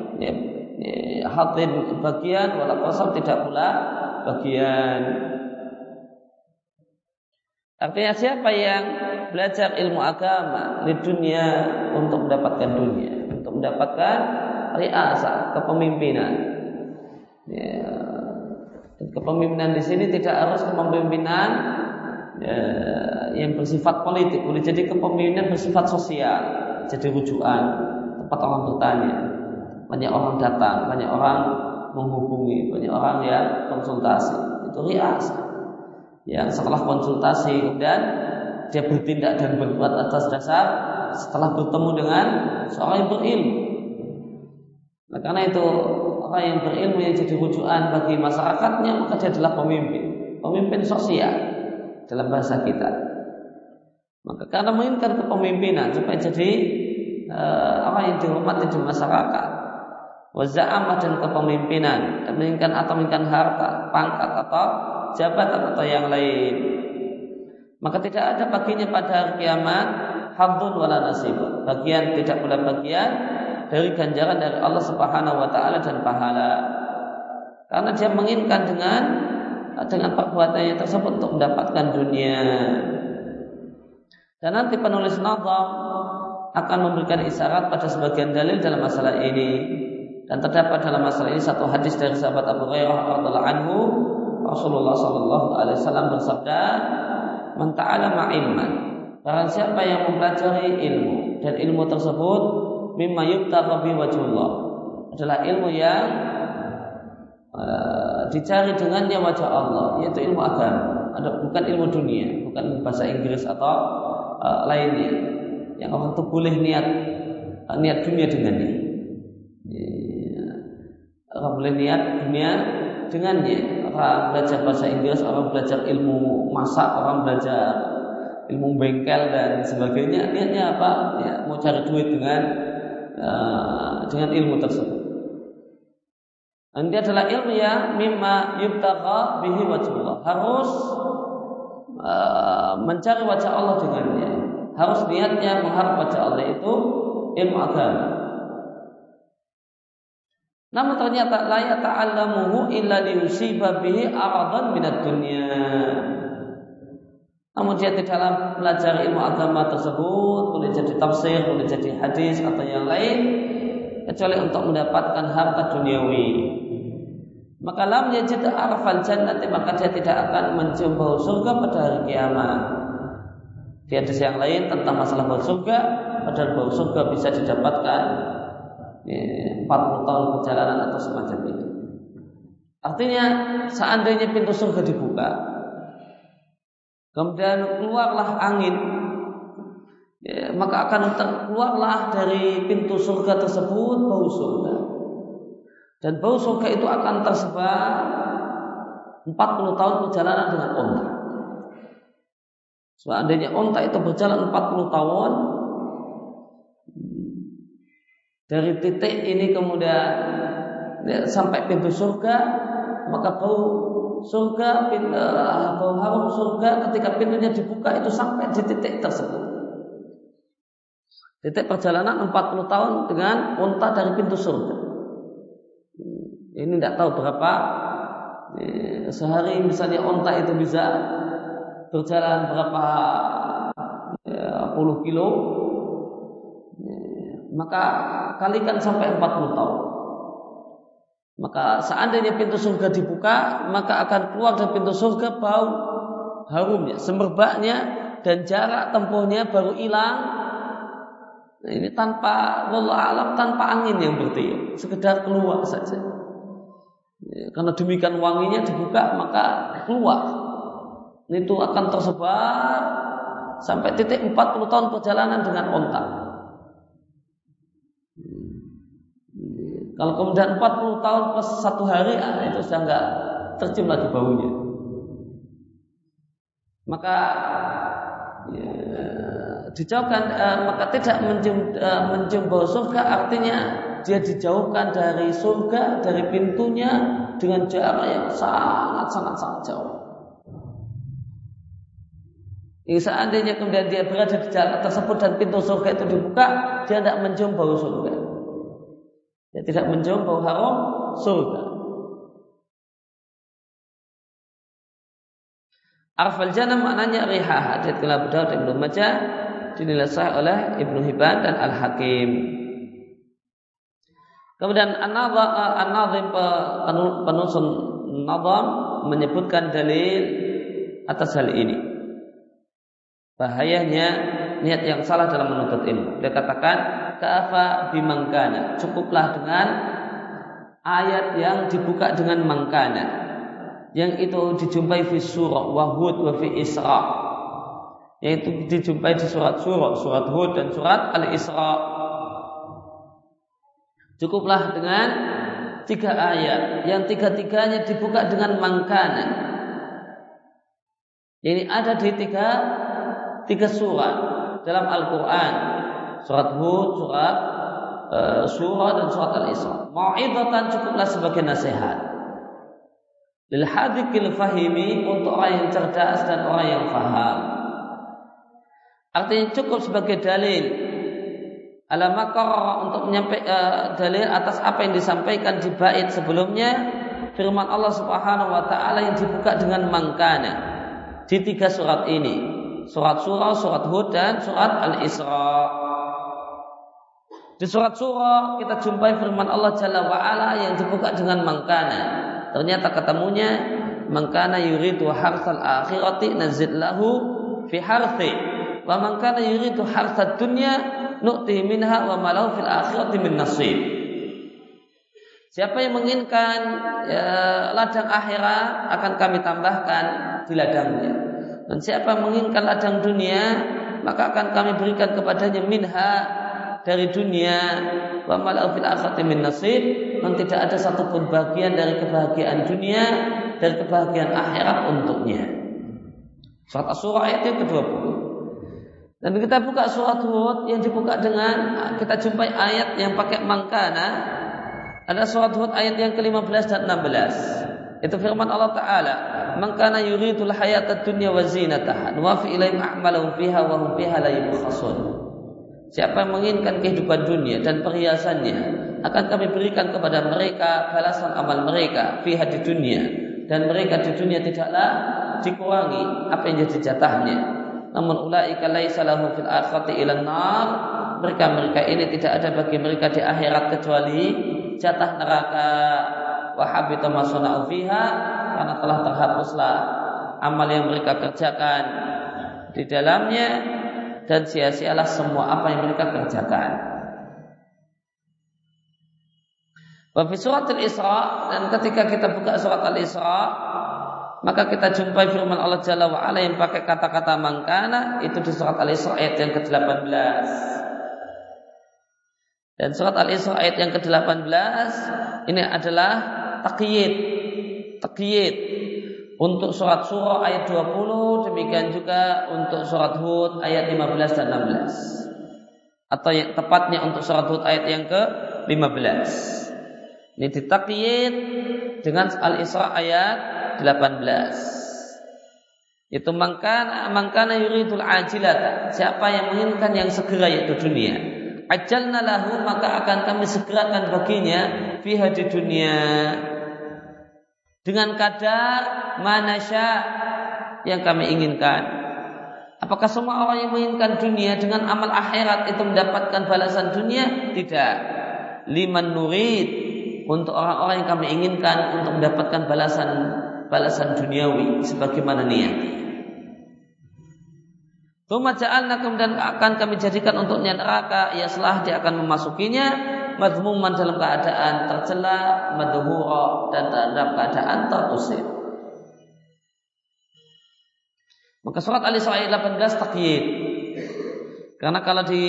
[SPEAKER 1] haddin bagian, wala qasam tidak pula bagian. Artinya siapa yang belajar ilmu agama di dunia untuk mendapatkan dunia, untuk mendapatkan riasa, kepemimpinan. Ya. Dan kepemimpinan di sini tidak harus kepemimpinan yang bersifat politik, boleh jadi kepemimpinan bersifat sosial, jadi rujukan, tempat orang bertanya, banyak orang datang, banyak orang menghubungi, banyak orang yang konsultasi. Itu riasa. Yang setelah konsultasi kemudian dia bertindak dan berbuat atas dasar setelah bertemu dengan seorang yang berilmu. Nah, karena itu orang yang berilmu yang jadi rujukan bagi masyarakatnya, maka dia adalah pemimpin sosial dalam bahasa kita. Maka karena menginginkan kepemimpinan supaya jadi orang yang dihormati di masyarakat, waza'amah dan kepemimpinan, dan menginginkan harta, pangkat atau jabatan atau yang lain, maka tidak ada baginya pada hari kiamat hadzun wala nasib, bagian tidak pula bagian dari ganjaran dari Allah Subhanahu wa taala dan pahala, karena dia menginginkan dengan perbuatannya tersebut untuk mendapatkan dunia. Dan nanti penulis nazam akan memberikan isyarat pada sebagian dalil dalam masalah ini, dan terdapat dalam masalah ini satu hadis dari sahabat Abu Hurairah radhiyallahu anhu. Rasulullah sallallahu alaihi wasallam bersabda, "Man ta'allama ilman," barang siapa yang mempelajari ilmu dan ilmu tersebut mimma yubtagha bi wajhullah, adalah ilmu yang dicari dengannya wajah Allah, yaitu ilmu agama, bukan ilmu dunia, bukan bahasa Inggris atau lainnya yang orang itu boleh niat dunia dengannya. Orang boleh niat dunia dengannya. Orang belajar bahasa Inggris, orang belajar ilmu masak, orang belajar ilmu bengkel dan sebagainya. Niatnya apa? Ya, mau cari duit dengan ilmu tersebut. Dan dia adalah ilmu yang mimma yubtagha bihi wajhullah, harus mencari wajah Allah dengannya, harus niatnya mengharap wajah Allah, itu ilmu agama. Namun ternyata la yata'allamuhu illa liyusiba bihi aradan minad dunya. Namun dia tidaklah belajar ilmu agama tersebut, boleh jadi tafsir, boleh jadi hadis atau yang lain, kecuali untuk mendapatkan harta duniawi. Maka lam yajid arfal jannati, maka dia tidak akan mencium bau surga pada hari kiamat. Di hadis yang lain tentang masalah bau surga, padahal bau surga bisa didapatkan 40 tahun perjalanan atau semacam itu. Artinya seandainya pintu surga dibuka, kemudian keluarlah angin, maka akan keluarlah dari pintu surga tersebut bau surga. Dan bau surga itu akan tersebar 40 tahun perjalanan dengan onta. Seandainya onta itu berjalan 40 tahun dari titik ini kemudian sampai pintu surga, maka bau surga, bau harum surga ketika pintunya dibuka itu sampai di titik tersebut. Titik perjalanan 40 tahun dengan unta dari pintu surga. Ini tidak tahu berapa sehari, misalnya unta itu bisa berjalan berapa puluh kilo, maka kalikan sampai 40 tahun. Maka seandainya pintu surga dibuka, maka akan keluar dari pintu surga bau harumnya, semerbaknya, dan jarak tempuhnya baru hilang. Nah, ini tanpa wallahu alam, tanpa angin yang bertiup, sekedar keluar saja. Karena demikian wanginya dibuka, maka keluar. Itu akan tersebar sampai titik 40 tahun perjalanan dengan onta. Kalau kemudian 40 tahun plus 1 hari, itu sudah enggak tercium lagi baunya. Maka dijauhkan, maka tidak mencium bau surga, artinya dia dijauhkan dari surga, dari pintunya dengan jarak yang sangat jauh. Seandainya kemudian dia berada di jalan tersebut dan pintu surga itu dibuka, dia tidak mencium bau surga. Dia tidak mencium bau harum surga. Arfal jannah maknanya rihaha. Diriwayatkan Abu Dawud dan Ibnu Majah, dinilai sahih oleh Ibnu Hibban dan Al-Hakim. Kemudian An-Nazim penusun Nazam menyebutkan dalil atas hal ini. Bahayanya niat yang salah dalam menuntut ilmu. Dia katakan ka'afa bimangkana. Cukuplah dengan ayat yang dibuka dengan mangkana, yang itu dijumpai fi surah wa Hud wa fi Isra, yaitu dijumpai di surat Hud dan surat Al-Isra. Cukuplah dengan 3 ayat yang tiga-tiganya dibuka dengan mangkana. Ini ada di tiga surat dalam Al-Quran, surat Hud, surat Surah dan surat Al-Isra. Mau'izatan, cukuplah sebagai nasihat. Lil hadikil fahimi, untuk orang yang cerdas dan orang yang faham. Artinya cukup sebagai dalil ala makar, untuk menyampaikan dalil atas apa yang disampaikan di bait sebelumnya, firman Allah Subhanahu wa taala yang dibuka dengan mangkana di 3 surat ini. Surat Surah, surat Hud dan surat Al-Isra. Di surat Surah kita jumpai firman Allah Jalla wa'ala yang dibuka dengan mangkana. Ternyata ketemunya mangkana yuridu harsal akhirati nazid lahu fi harthi, wa mangkana yuridu harsad dunya nu'ti minha wa malahu fil akhirati min nasib. Siapa yang menginginkan ladang akhirat, akan kami tambahkan di ladangnya. Dan siapa menginginkan ladang dunia, maka akan kami berikan kepadanya minha, dari dunia, wa malahu fil akhirati min nasib, dan tidak ada satupun bagian dari kebahagiaan dunia, dari kebahagiaan akhirat untuknya. Surat Asy-Syura ayat yang ke-20. Dan kita buka surat Hud yang dibuka dengan, kita jumpai ayat yang pakai mangkana. Ada surat Hud ayat yang ke-15 dan 16. Itu firman Allah Ta'ala, man kana yuridul hayatad dunya wa zinataha nuwaffi ilaihim a'malahum fiha wa hum fiha la yubkhasun. Siapa yang menginginkan kehidupan dunia dan perhiasannya, akan kami berikan kepada mereka balasan amal mereka fiha di dunia, dan mereka di dunia tidaklah dikurangi apa yang jadi jatahnya. Namun ulaika laisa lahum fil akhirati ilan nar, mereka ini tidak ada bagi mereka di akhirat kecuali jatah neraka. Wa habita ma sana'u fiha, karena telah terhapuslah amal yang mereka kerjakan di dalamnya, dan sia-sialah semua apa yang mereka kerjakan. Wa fi surat Al-Isra, dan ketika kita buka surat Al-Isra, maka kita jumpai firman Allah Jalla wa Ala yang pakai kata-kata mangkana, itu di surat Al-Isra ayat yang ke-18. Dan surat Al-Isra ayat yang ke-18 ini adalah taqyid untuk surat Surah ayat 20, demikian juga untuk surat Hud ayat 15 dan 16, atau yang tepatnya untuk surat Hud ayat yang ke-15. Ini ditaqyid dengan Al-Isra ayat 18. Itu mangkana yuridul ajilata, siapa yang menginginkan yang segera, yaitu dunia, ajalna lahu, maka akan kami segerakan baginya fiha di dunia dengan kadar manasya yang kami inginkan. Apakah semua orang yang menginginkan dunia dengan amal akhirat itu mendapatkan balasan dunia? Tidak. Liman nurid, untuk orang-orang yang kami inginkan untuk mendapatkan balasan duniawi sebagaimana niat. Tsumma ja'alna, kemudian akan kami jadikan untuknya neraka, ya setelah dia akan memasukinya, madhmuman, dalam keadaan tercela, madhura, dan dalam keadaan terusir. Maka surat Al-Isra ayat 18 taqyid. Karena kalau di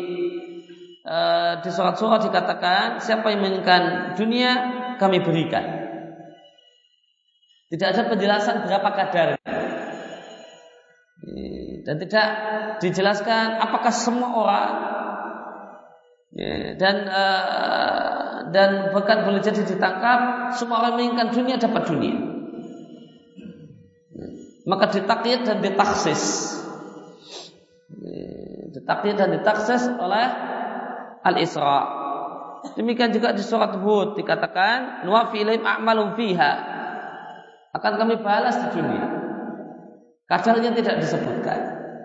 [SPEAKER 1] surat surah dikatakan siapa yang menginginkan dunia kami berikan. Tidak ada penjelasan berapa kadarnya. Dan tidak dijelaskan apakah semua orang, dan bahkan boleh jadi ditangkap semua orang menginginkan dunia dapat dunia. Maka ditakyid dan ditaksis, oleh Al-Isra. Demikian juga di surat Hud dikatakan nuwaffi ilaihim a'malahum fiha, akan kami balas di dunia. Kadarnya tidak disebutkan.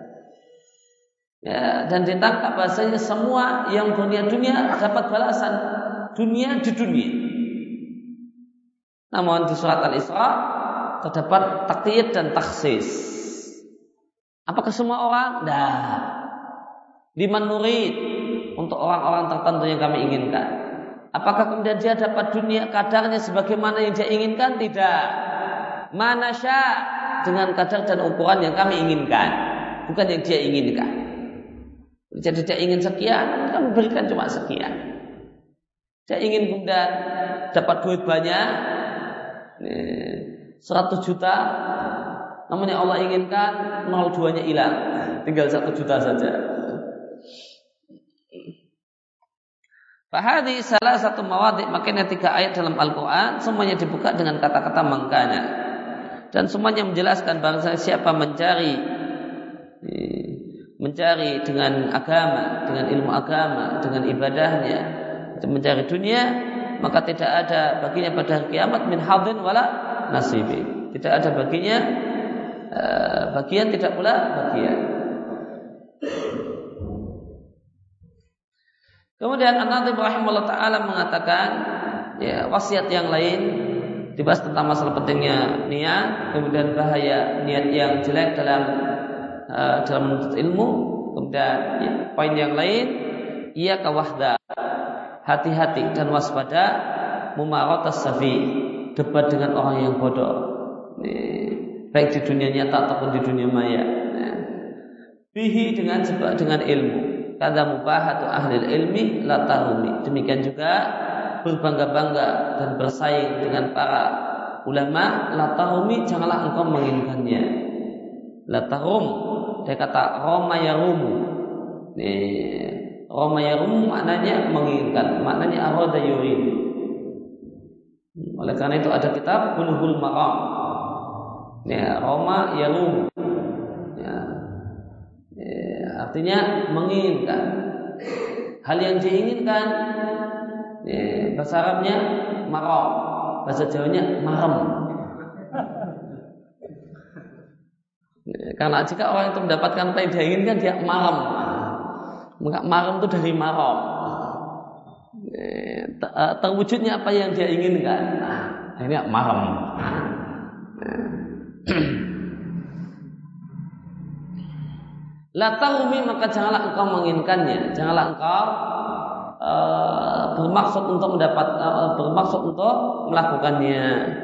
[SPEAKER 1] Ya, dan ditangkap bahasanya semua yang dunia dapat balasan dunia di dunia. Namun di surat Al-Isra terdapat taqyid dan taksis. Apakah semua orang? Nah, liman nurid, untuk orang-orang tertentu yang kami inginkan. Apakah kemudian dia dapat dunia kadarnya sebagaimana yang dia inginkan? Tidak. Manasya, dengan kadar dan ukuran yang kami inginkan, bukan yang dia inginkan. Jadi dia ingin sekian, kami berikan cuma sekian. Dia ingin kemudian dapat duit banyak, 100 juta, namun yang Allah inginkan 02-nya hilang, tinggal 1 juta saja. Fahadi salah satu mawadhi, makanya 3 ayat dalam Al-Quran semuanya dibuka dengan kata-kata mangkana, dan semuanya menjelaskan bangsa siapa mencari dengan agama, dengan ilmu agama, dengan ibadahnya, mencari dunia, maka tidak ada baginya pada hari kiamat min hadin wala nasibi. Tidak ada baginya bagian, tidak pula bagian. Kemudian An-Nadhim rahimahullah ta'ala mengatakan, ya, wasiat yang lain dibahas tentang masalah pentingnya niat, kemudian bahaya niat yang jelek dalam menuntut ilmu. Kemudian ya, poin yang lain, ia kawahda, hati-hati dan waspada, mumaratas safi, debat dengan orang yang bodoh, baik di dunia nyata ataupun di dunia maya. Bihi, dengan ilmu. Kada mubahatu ahli ilmi la tahumi. Demikian juga berbangga-bangga dan bersaing dengan para ulama, la tahumi, janganlah engkau menginginkannya. La tahum, dia kata Roma yarumu. Roma yarumu maknanya menginginkan, maknanya arada yurid. Oleh karena itu ada kitab Bulughul Maram. Ya, Roma yarumu. Artinya menginginkan hal yang diinginkan. Bahasa Arabnya maram, bahasa Jawanya maram. Karena jika orang itu mendapatkan apa yang dia inginkan, dia maram. Maka maram itu dari maram, terwujudnya apa yang dia inginkan. Ini maram. La tahumi, maka janganlah engkau menginginkannya, janganlah engkau bermaksud untuk melakukannya.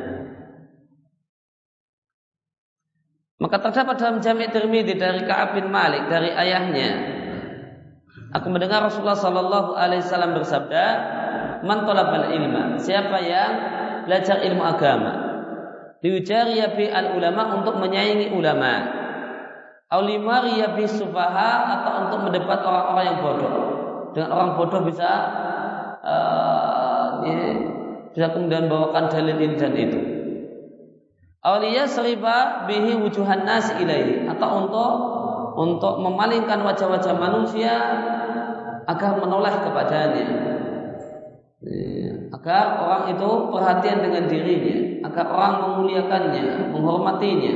[SPEAKER 1] Maka terdapat dalam Jami' Tirmidzi dari Ka'ab bin Malik dari ayahnya, aku mendengar Rasulullah sallallahu alaihi wasallam bersabda, man talabal ilma, siapa yang belajar ilmu agama, liujariya bi al ulama, untuk menyaingi ulama, aulimariya bi sufaha, atau untuk mendebat orang-orang yang bodoh. Dengan orang bodoh bisa kemudian bawakan dalil ini dan itu. Auliya seriba bihi wujuhan nas ilaihi, atau untuk memalingkan wajah-wajah manusia agar menoleh kepadanya, agar orang itu perhatian dengan dirinya, agar orang memuliakannya, menghormatinya,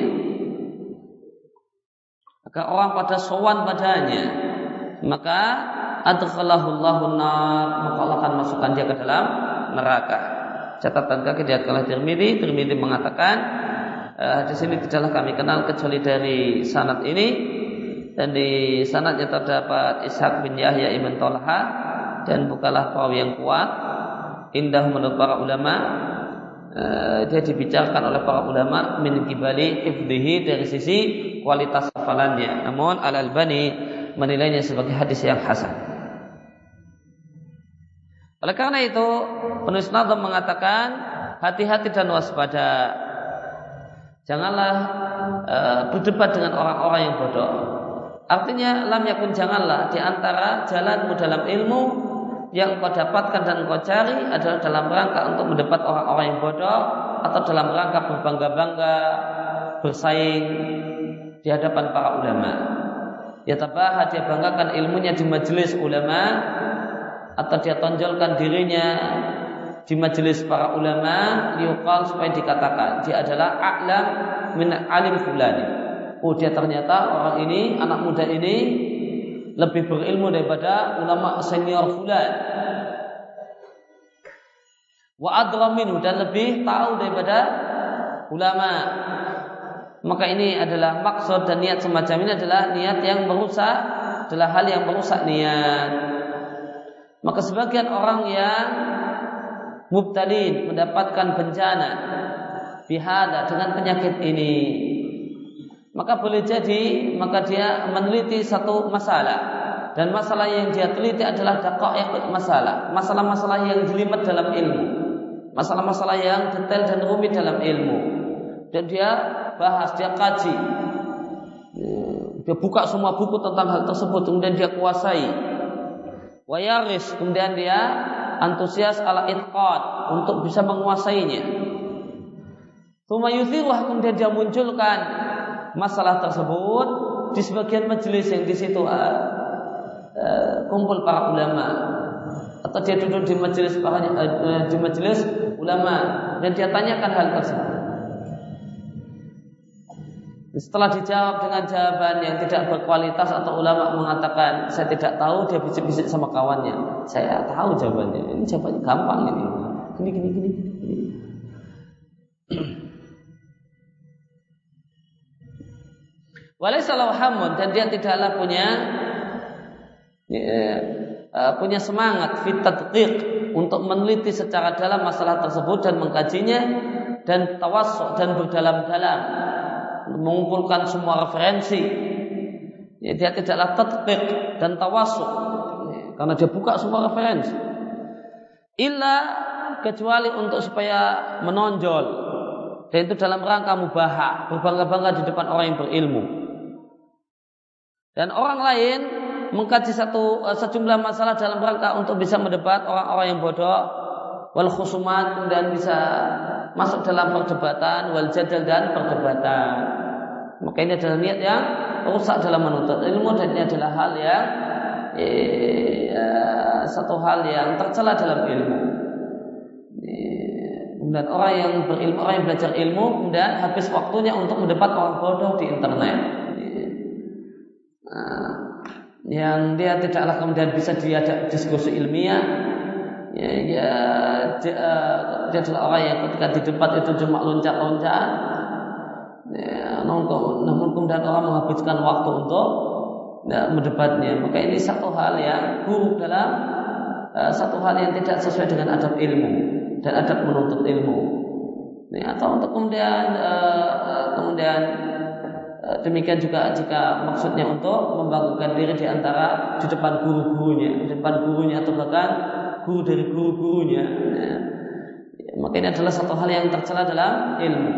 [SPEAKER 1] agar orang pada sowan padanya, maka adkhalahullahu nar, maka Allah akan masukkan dia ke dalam neraka. Catatan kaki diatkanlah Tirmidzi mengatakan, di sini tidaklah kami kenal kecuali dari sanad ini, dan di sanadnya terdapat Ishaq bin Yahya ibn Talha, dan bukanlah perawi yang kuat, indah menurut para ulama. Dia dibicarakan oleh para ulama min qibali hifdhihi, dari sisi kualitas hafalannya, namun Al-Albani menilainya sebagai hadis yang hasan. Oleh karena itu penulis Nadhim mengatakan, hati-hati dan waspada, janganlah berdebat dengan orang-orang yang bodoh. Artinya lam yakun, janganlah di antara jalanmu dalam ilmu yang kau dapatkan dan kau cari adalah dalam rangka untuk mendebat orang-orang yang bodoh, atau dalam rangka berbangga-bangga, bersaing di hadapan para ulama. Dia tabah, dia banggakan ilmunya di majelis ulama, atau dia tonjolkan dirinya di majelis para ulama, liuqal, supaya dikatakan dia adalah a'lam min alim fulani, oh dia ternyata orang ini, anak muda ini lebih berilmu daripada ulama senior fulan, wa adra minhu, dan lebih tahu daripada ulama. Maka ini adalah maksud dan niat semacam ini adalah niat yang merusak, adalah hal yang merusak niat. Maka sebagian orang yang mubtalin, mendapatkan bencana bihada, dengan penyakit ini, maka boleh jadi maka dia meneliti satu masalah, dan masalah yang dia teliti adalah daqaiq masalah, masalah-masalah yang jelimet dalam ilmu, masalah-masalah yang detail dan rumit dalam ilmu, dan dia bahas, dia kaji, dia buka semua buku tentang hal tersebut, kemudian dia kuasai, wayaris, kemudian dia antusias ala itqan, untuk bisa menguasainya. Tumayuthiruh, kemudian dia munculkan masalah tersebut di sebagian majelis yang di situ kumpul para ulama, atau dia duduk di majelis ulama, dan dia tanyakan hal tersebut. Setelah dijawab dengan jawaban yang tidak berkualitas, atau ulama mengatakan saya tidak tahu, dia bisik-bisik sama kawannya, saya tahu jawabannya, ini jawabannya gampang ini, gini. Walaysa lahu hammun, dan dia tidaklah punya semangat fit tadqiq, untuk meneliti secara dalam masalah tersebut dan mengkajinya, dan tawassu, dan berdalam-dalam mengumpulkan semua referensi. Dia tidaklah tadqiq dan tawassu, karena dia buka semua referensi, illa, kecuali untuk supaya menonjol, dan itu dalam rangka mubahah, berbangga-bangga di depan orang yang berilmu. Dan orang lain mengkaji sejumlah masalah dalam rangka untuk bisa mendebat orang-orang yang bodoh, wal khusumat, kemudian bisa masuk dalam perdebatan, wal jadal, dan perdebatan. Maka ini adalah niat yang rusak dalam menuntut ilmu, dan ini adalah hal yang satu hal yang tercela dalam ilmu. Dan orang yang berilmu, orang yang belajar ilmu, kemudian habis waktunya untuk mendebat orang bodoh di internet, yang dia tidaklah kemudian bisa diajak diskusi ilmiah. Dia adalah orang yang ketika di debat itu cuma loncat-loncat, namun kemudian orang menghabiskan waktu untuk mendebatnya. Maka ini satu hal yang buruk, dalam satu hal yang tidak sesuai dengan adab ilmu dan adab menuntut ilmu. Atau untuk kemudian demikian juga jika maksudnya untuk membanggakan diri di depan guru-gurunya, atau bahkan guru dari guru-gurunya, maka ini adalah satu hal yang tercela dalam ilmu.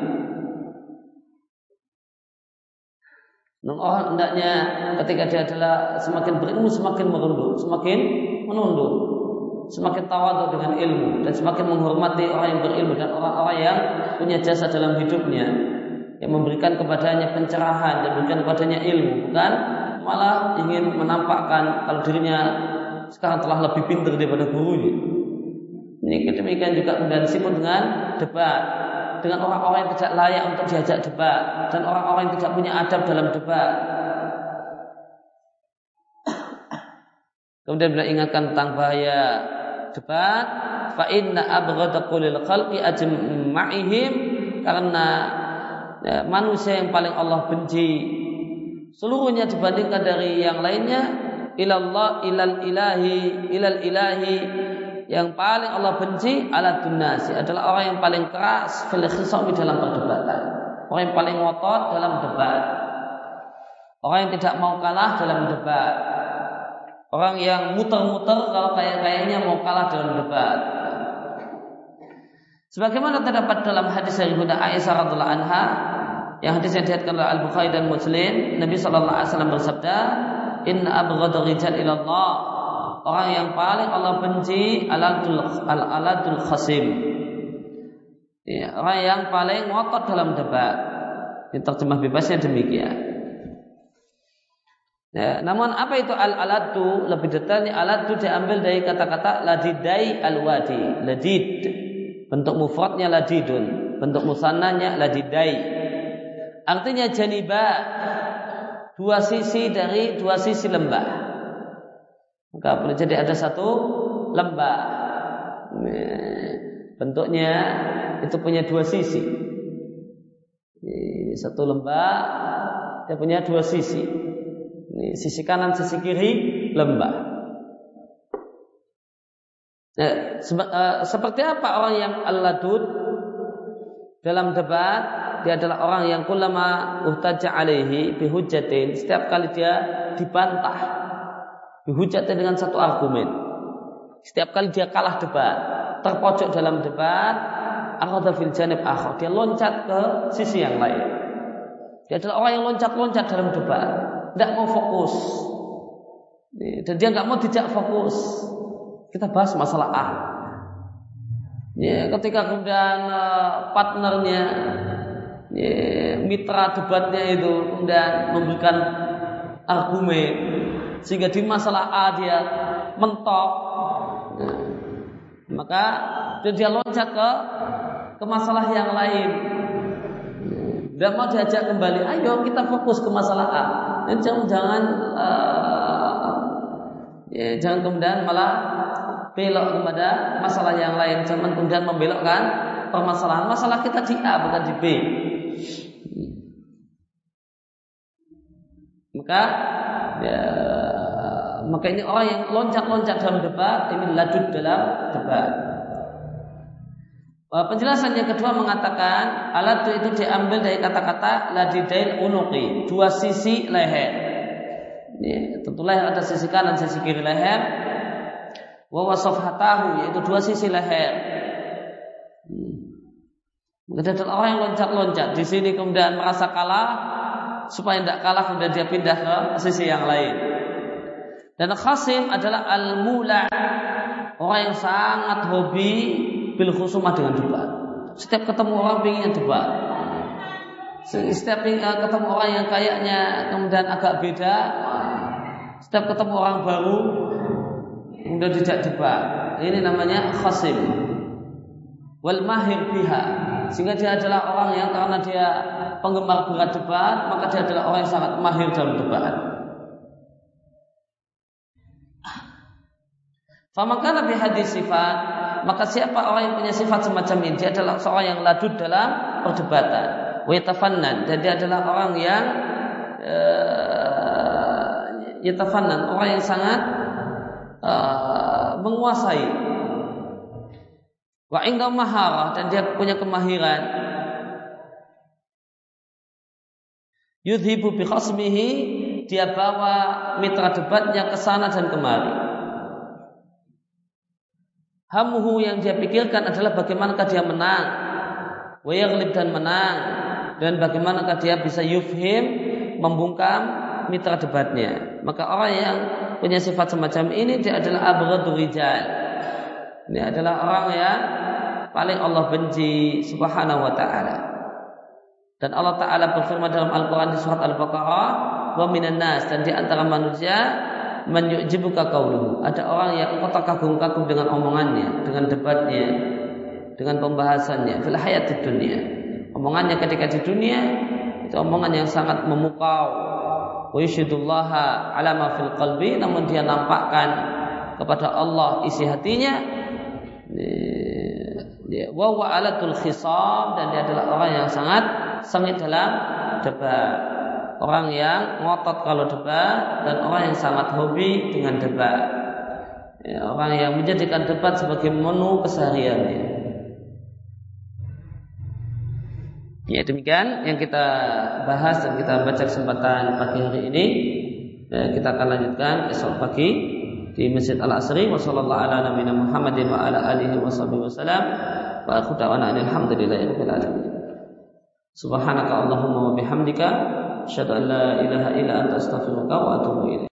[SPEAKER 1] Orang hendaknya ketika dia adalah semakin berilmu semakin menunduk, semakin tawadhu dengan ilmu, dan semakin menghormati orang yang berilmu dan orang-orang yang punya jasa dalam hidupnya, yang memberikan kepadanya pencerahan dan memberikan kepadanya ilmu, bukan malah ingin menampakkan kalau dirinya sekarang telah lebih pintar daripada gurunya. Ini demikian juga kemudian sibuk dengan debat, dengan orang-orang yang tidak layak untuk diajak debat, dan orang-orang yang tidak punya adab dalam debat. Kemudian beliau ingatkan tentang bahaya debat, fa inna abghadha qulil khalqi ajma'ihim, karena manusia yang paling Allah benci seluruhnya dibandingkan dari yang lainnya, ilal ilahi, yang paling Allah benci ala dunnasi, adalah orang yang paling keras fil khisami, dalam perdebatan, orang yang paling ngotot dalam debat, orang yang tidak mau kalah dalam debat, orang yang muter-muter kalau kayaknya mau kalah dalam debat. Sebagaimana terdapat dalam hadis dari Bunda Aisyah radhiyallahu anha, yang hadis yang diriwayatkan oleh Al-Bukhari dan Muslim, Nabi sallallahu alaihi wasallam bersabda, "Inna abghadha rijal ila Allah", orang yang paling Allah benci aladul khasim, ya, orang yang paling ngotot dalam debat. Ini terjemah bebasnya demikian. Ya, namun apa itu al-aladu? Lebih detailnya, aladu diambil dari kata-kata ladidai al-wadi. Ladid, bentuk mufradnya ladidun, bentuk musannanya ladidai. Artinya janibah, dua sisi dari dua sisi lembah. Maka boleh jadi ada satu lembah, bentuknya itu punya dua sisi. Satu lembah dia punya dua sisi. Ini sisi kanan, sisi kiri lembah. Seperti apa orang yang al-ladud dalam debat? Dia adalah orang yang kullama uhtaja alaihi bihujjatin, setiap kali dia dibantah bihujjatin dengan satu argumen, setiap kali dia kalah debat, terpojok dalam debat, akhadha fil janib akhar, dia loncat ke sisi yang lain. Dia adalah orang yang loncat-loncat dalam debat, tidak mau fokus, dan dia nggak mau dijak fokus. Kita bahas masalah A. Ya, ketika kemudian partnernya, mitra debatnya itu kemudian memberikan argumen sehingga di masalah A dia mentok, maka dia loncat ke masalah yang lain. Dan mau diajak kembali, ayo kita fokus ke masalah A. Jangan kemudian malah belok kepada masalah yang lain, jangan kemudian membelokkan permasalahan. Masalah kita di A bukan di B. Maka ini orang yang loncat-loncat dalam debat, ini ladud dalam debat. Penjelasan yang kedua mengatakan aladu itu diambil dari kata-kata ladidail unuqi, dua sisi leher. Tentu leher ada sisi kanan, sisi kiri leher. Wa wasafhatahu, yaitu dua sisi leher. Ada orang yang loncat-loncat di sini kemudian merasa kalah, supaya tidak kalah kemudian dia pindah ke sisi yang lain. Dan khasim adalah al-mula, orang yang sangat hobi bil khusumah dengan debat. Setiap ketemu orang pengen debat. Setiap ketemu orang yang kayaknya kemudian agak beda, setiap ketemu orang baru kemudian dijak debat. Ini namanya khasim. Wal mahir biha, sehingga dia adalah orang yang karena dia penggemar berat debat, maka dia adalah orang yang sangat mahir dalam debat. Famakana bihadis sifat, maka siapa orang yang punya sifat semacam ini, dia adalah seorang yang ladud dalam perdebatan. Wa yatafannan, dan dia adalah orang yang yatafannan, orang yang sangat menguasai. Wa inda maharah, dan dia punya kemahiran. Yudhibu bi khasmihi, dia bawa mitra debatnya ke sana dan kemari. Hamuhu, yang dia pikirkan adalah bagaimanakah dia menang, wa yaghlib, dan menang, dan bagaimanakah dia bisa yufhim, membungkam mitra debatnya. Maka orang yang punya sifat semacam ini, dia adalah abghadul rijal. Ini adalah orang yang paling Allah benci subhanahu wa ta'ala. Dan Allah ta'ala berfirman dalam Al-Quran di surat Al-Baqarah, wa minan nas, dan di antara manusia man yu'jibuka qawluhu, ada orang yang engkau terkagum-kagum dengan omongannya, dengan debatnya, dengan pembahasannya fil hayatid dunya. Omongannya ketika di dunia itu omongan yang sangat memukau. Wa yushidullaha ala ma fil qalbi, namun dia nampakkan kepada Allah isi hatinya. Wa huwa alatul khisam, dan dia adalah orang yang sangat sengit dalam debat. Orang yang ngotot kalau debat, dan orang yang sangat hobi dengan debat. Orang yang menjadikan debat sebagai menu kesehariannya. Ya, demikian yang kita bahas dan kita baca kesempatan pagi hari ini. Kita akan lanjutkan esok pagi di Masjid Al-Asri. Wassallallahu ala nabiyina Muhammadin wa ala alihi washabihi wasallam. Wa akhu da'wana alhamdulillahirabbil alamin. Subhanaka Allahumma wa bihamdika asyhadu an la ilaha illa anta astaghfiruka wa atubu ilaik.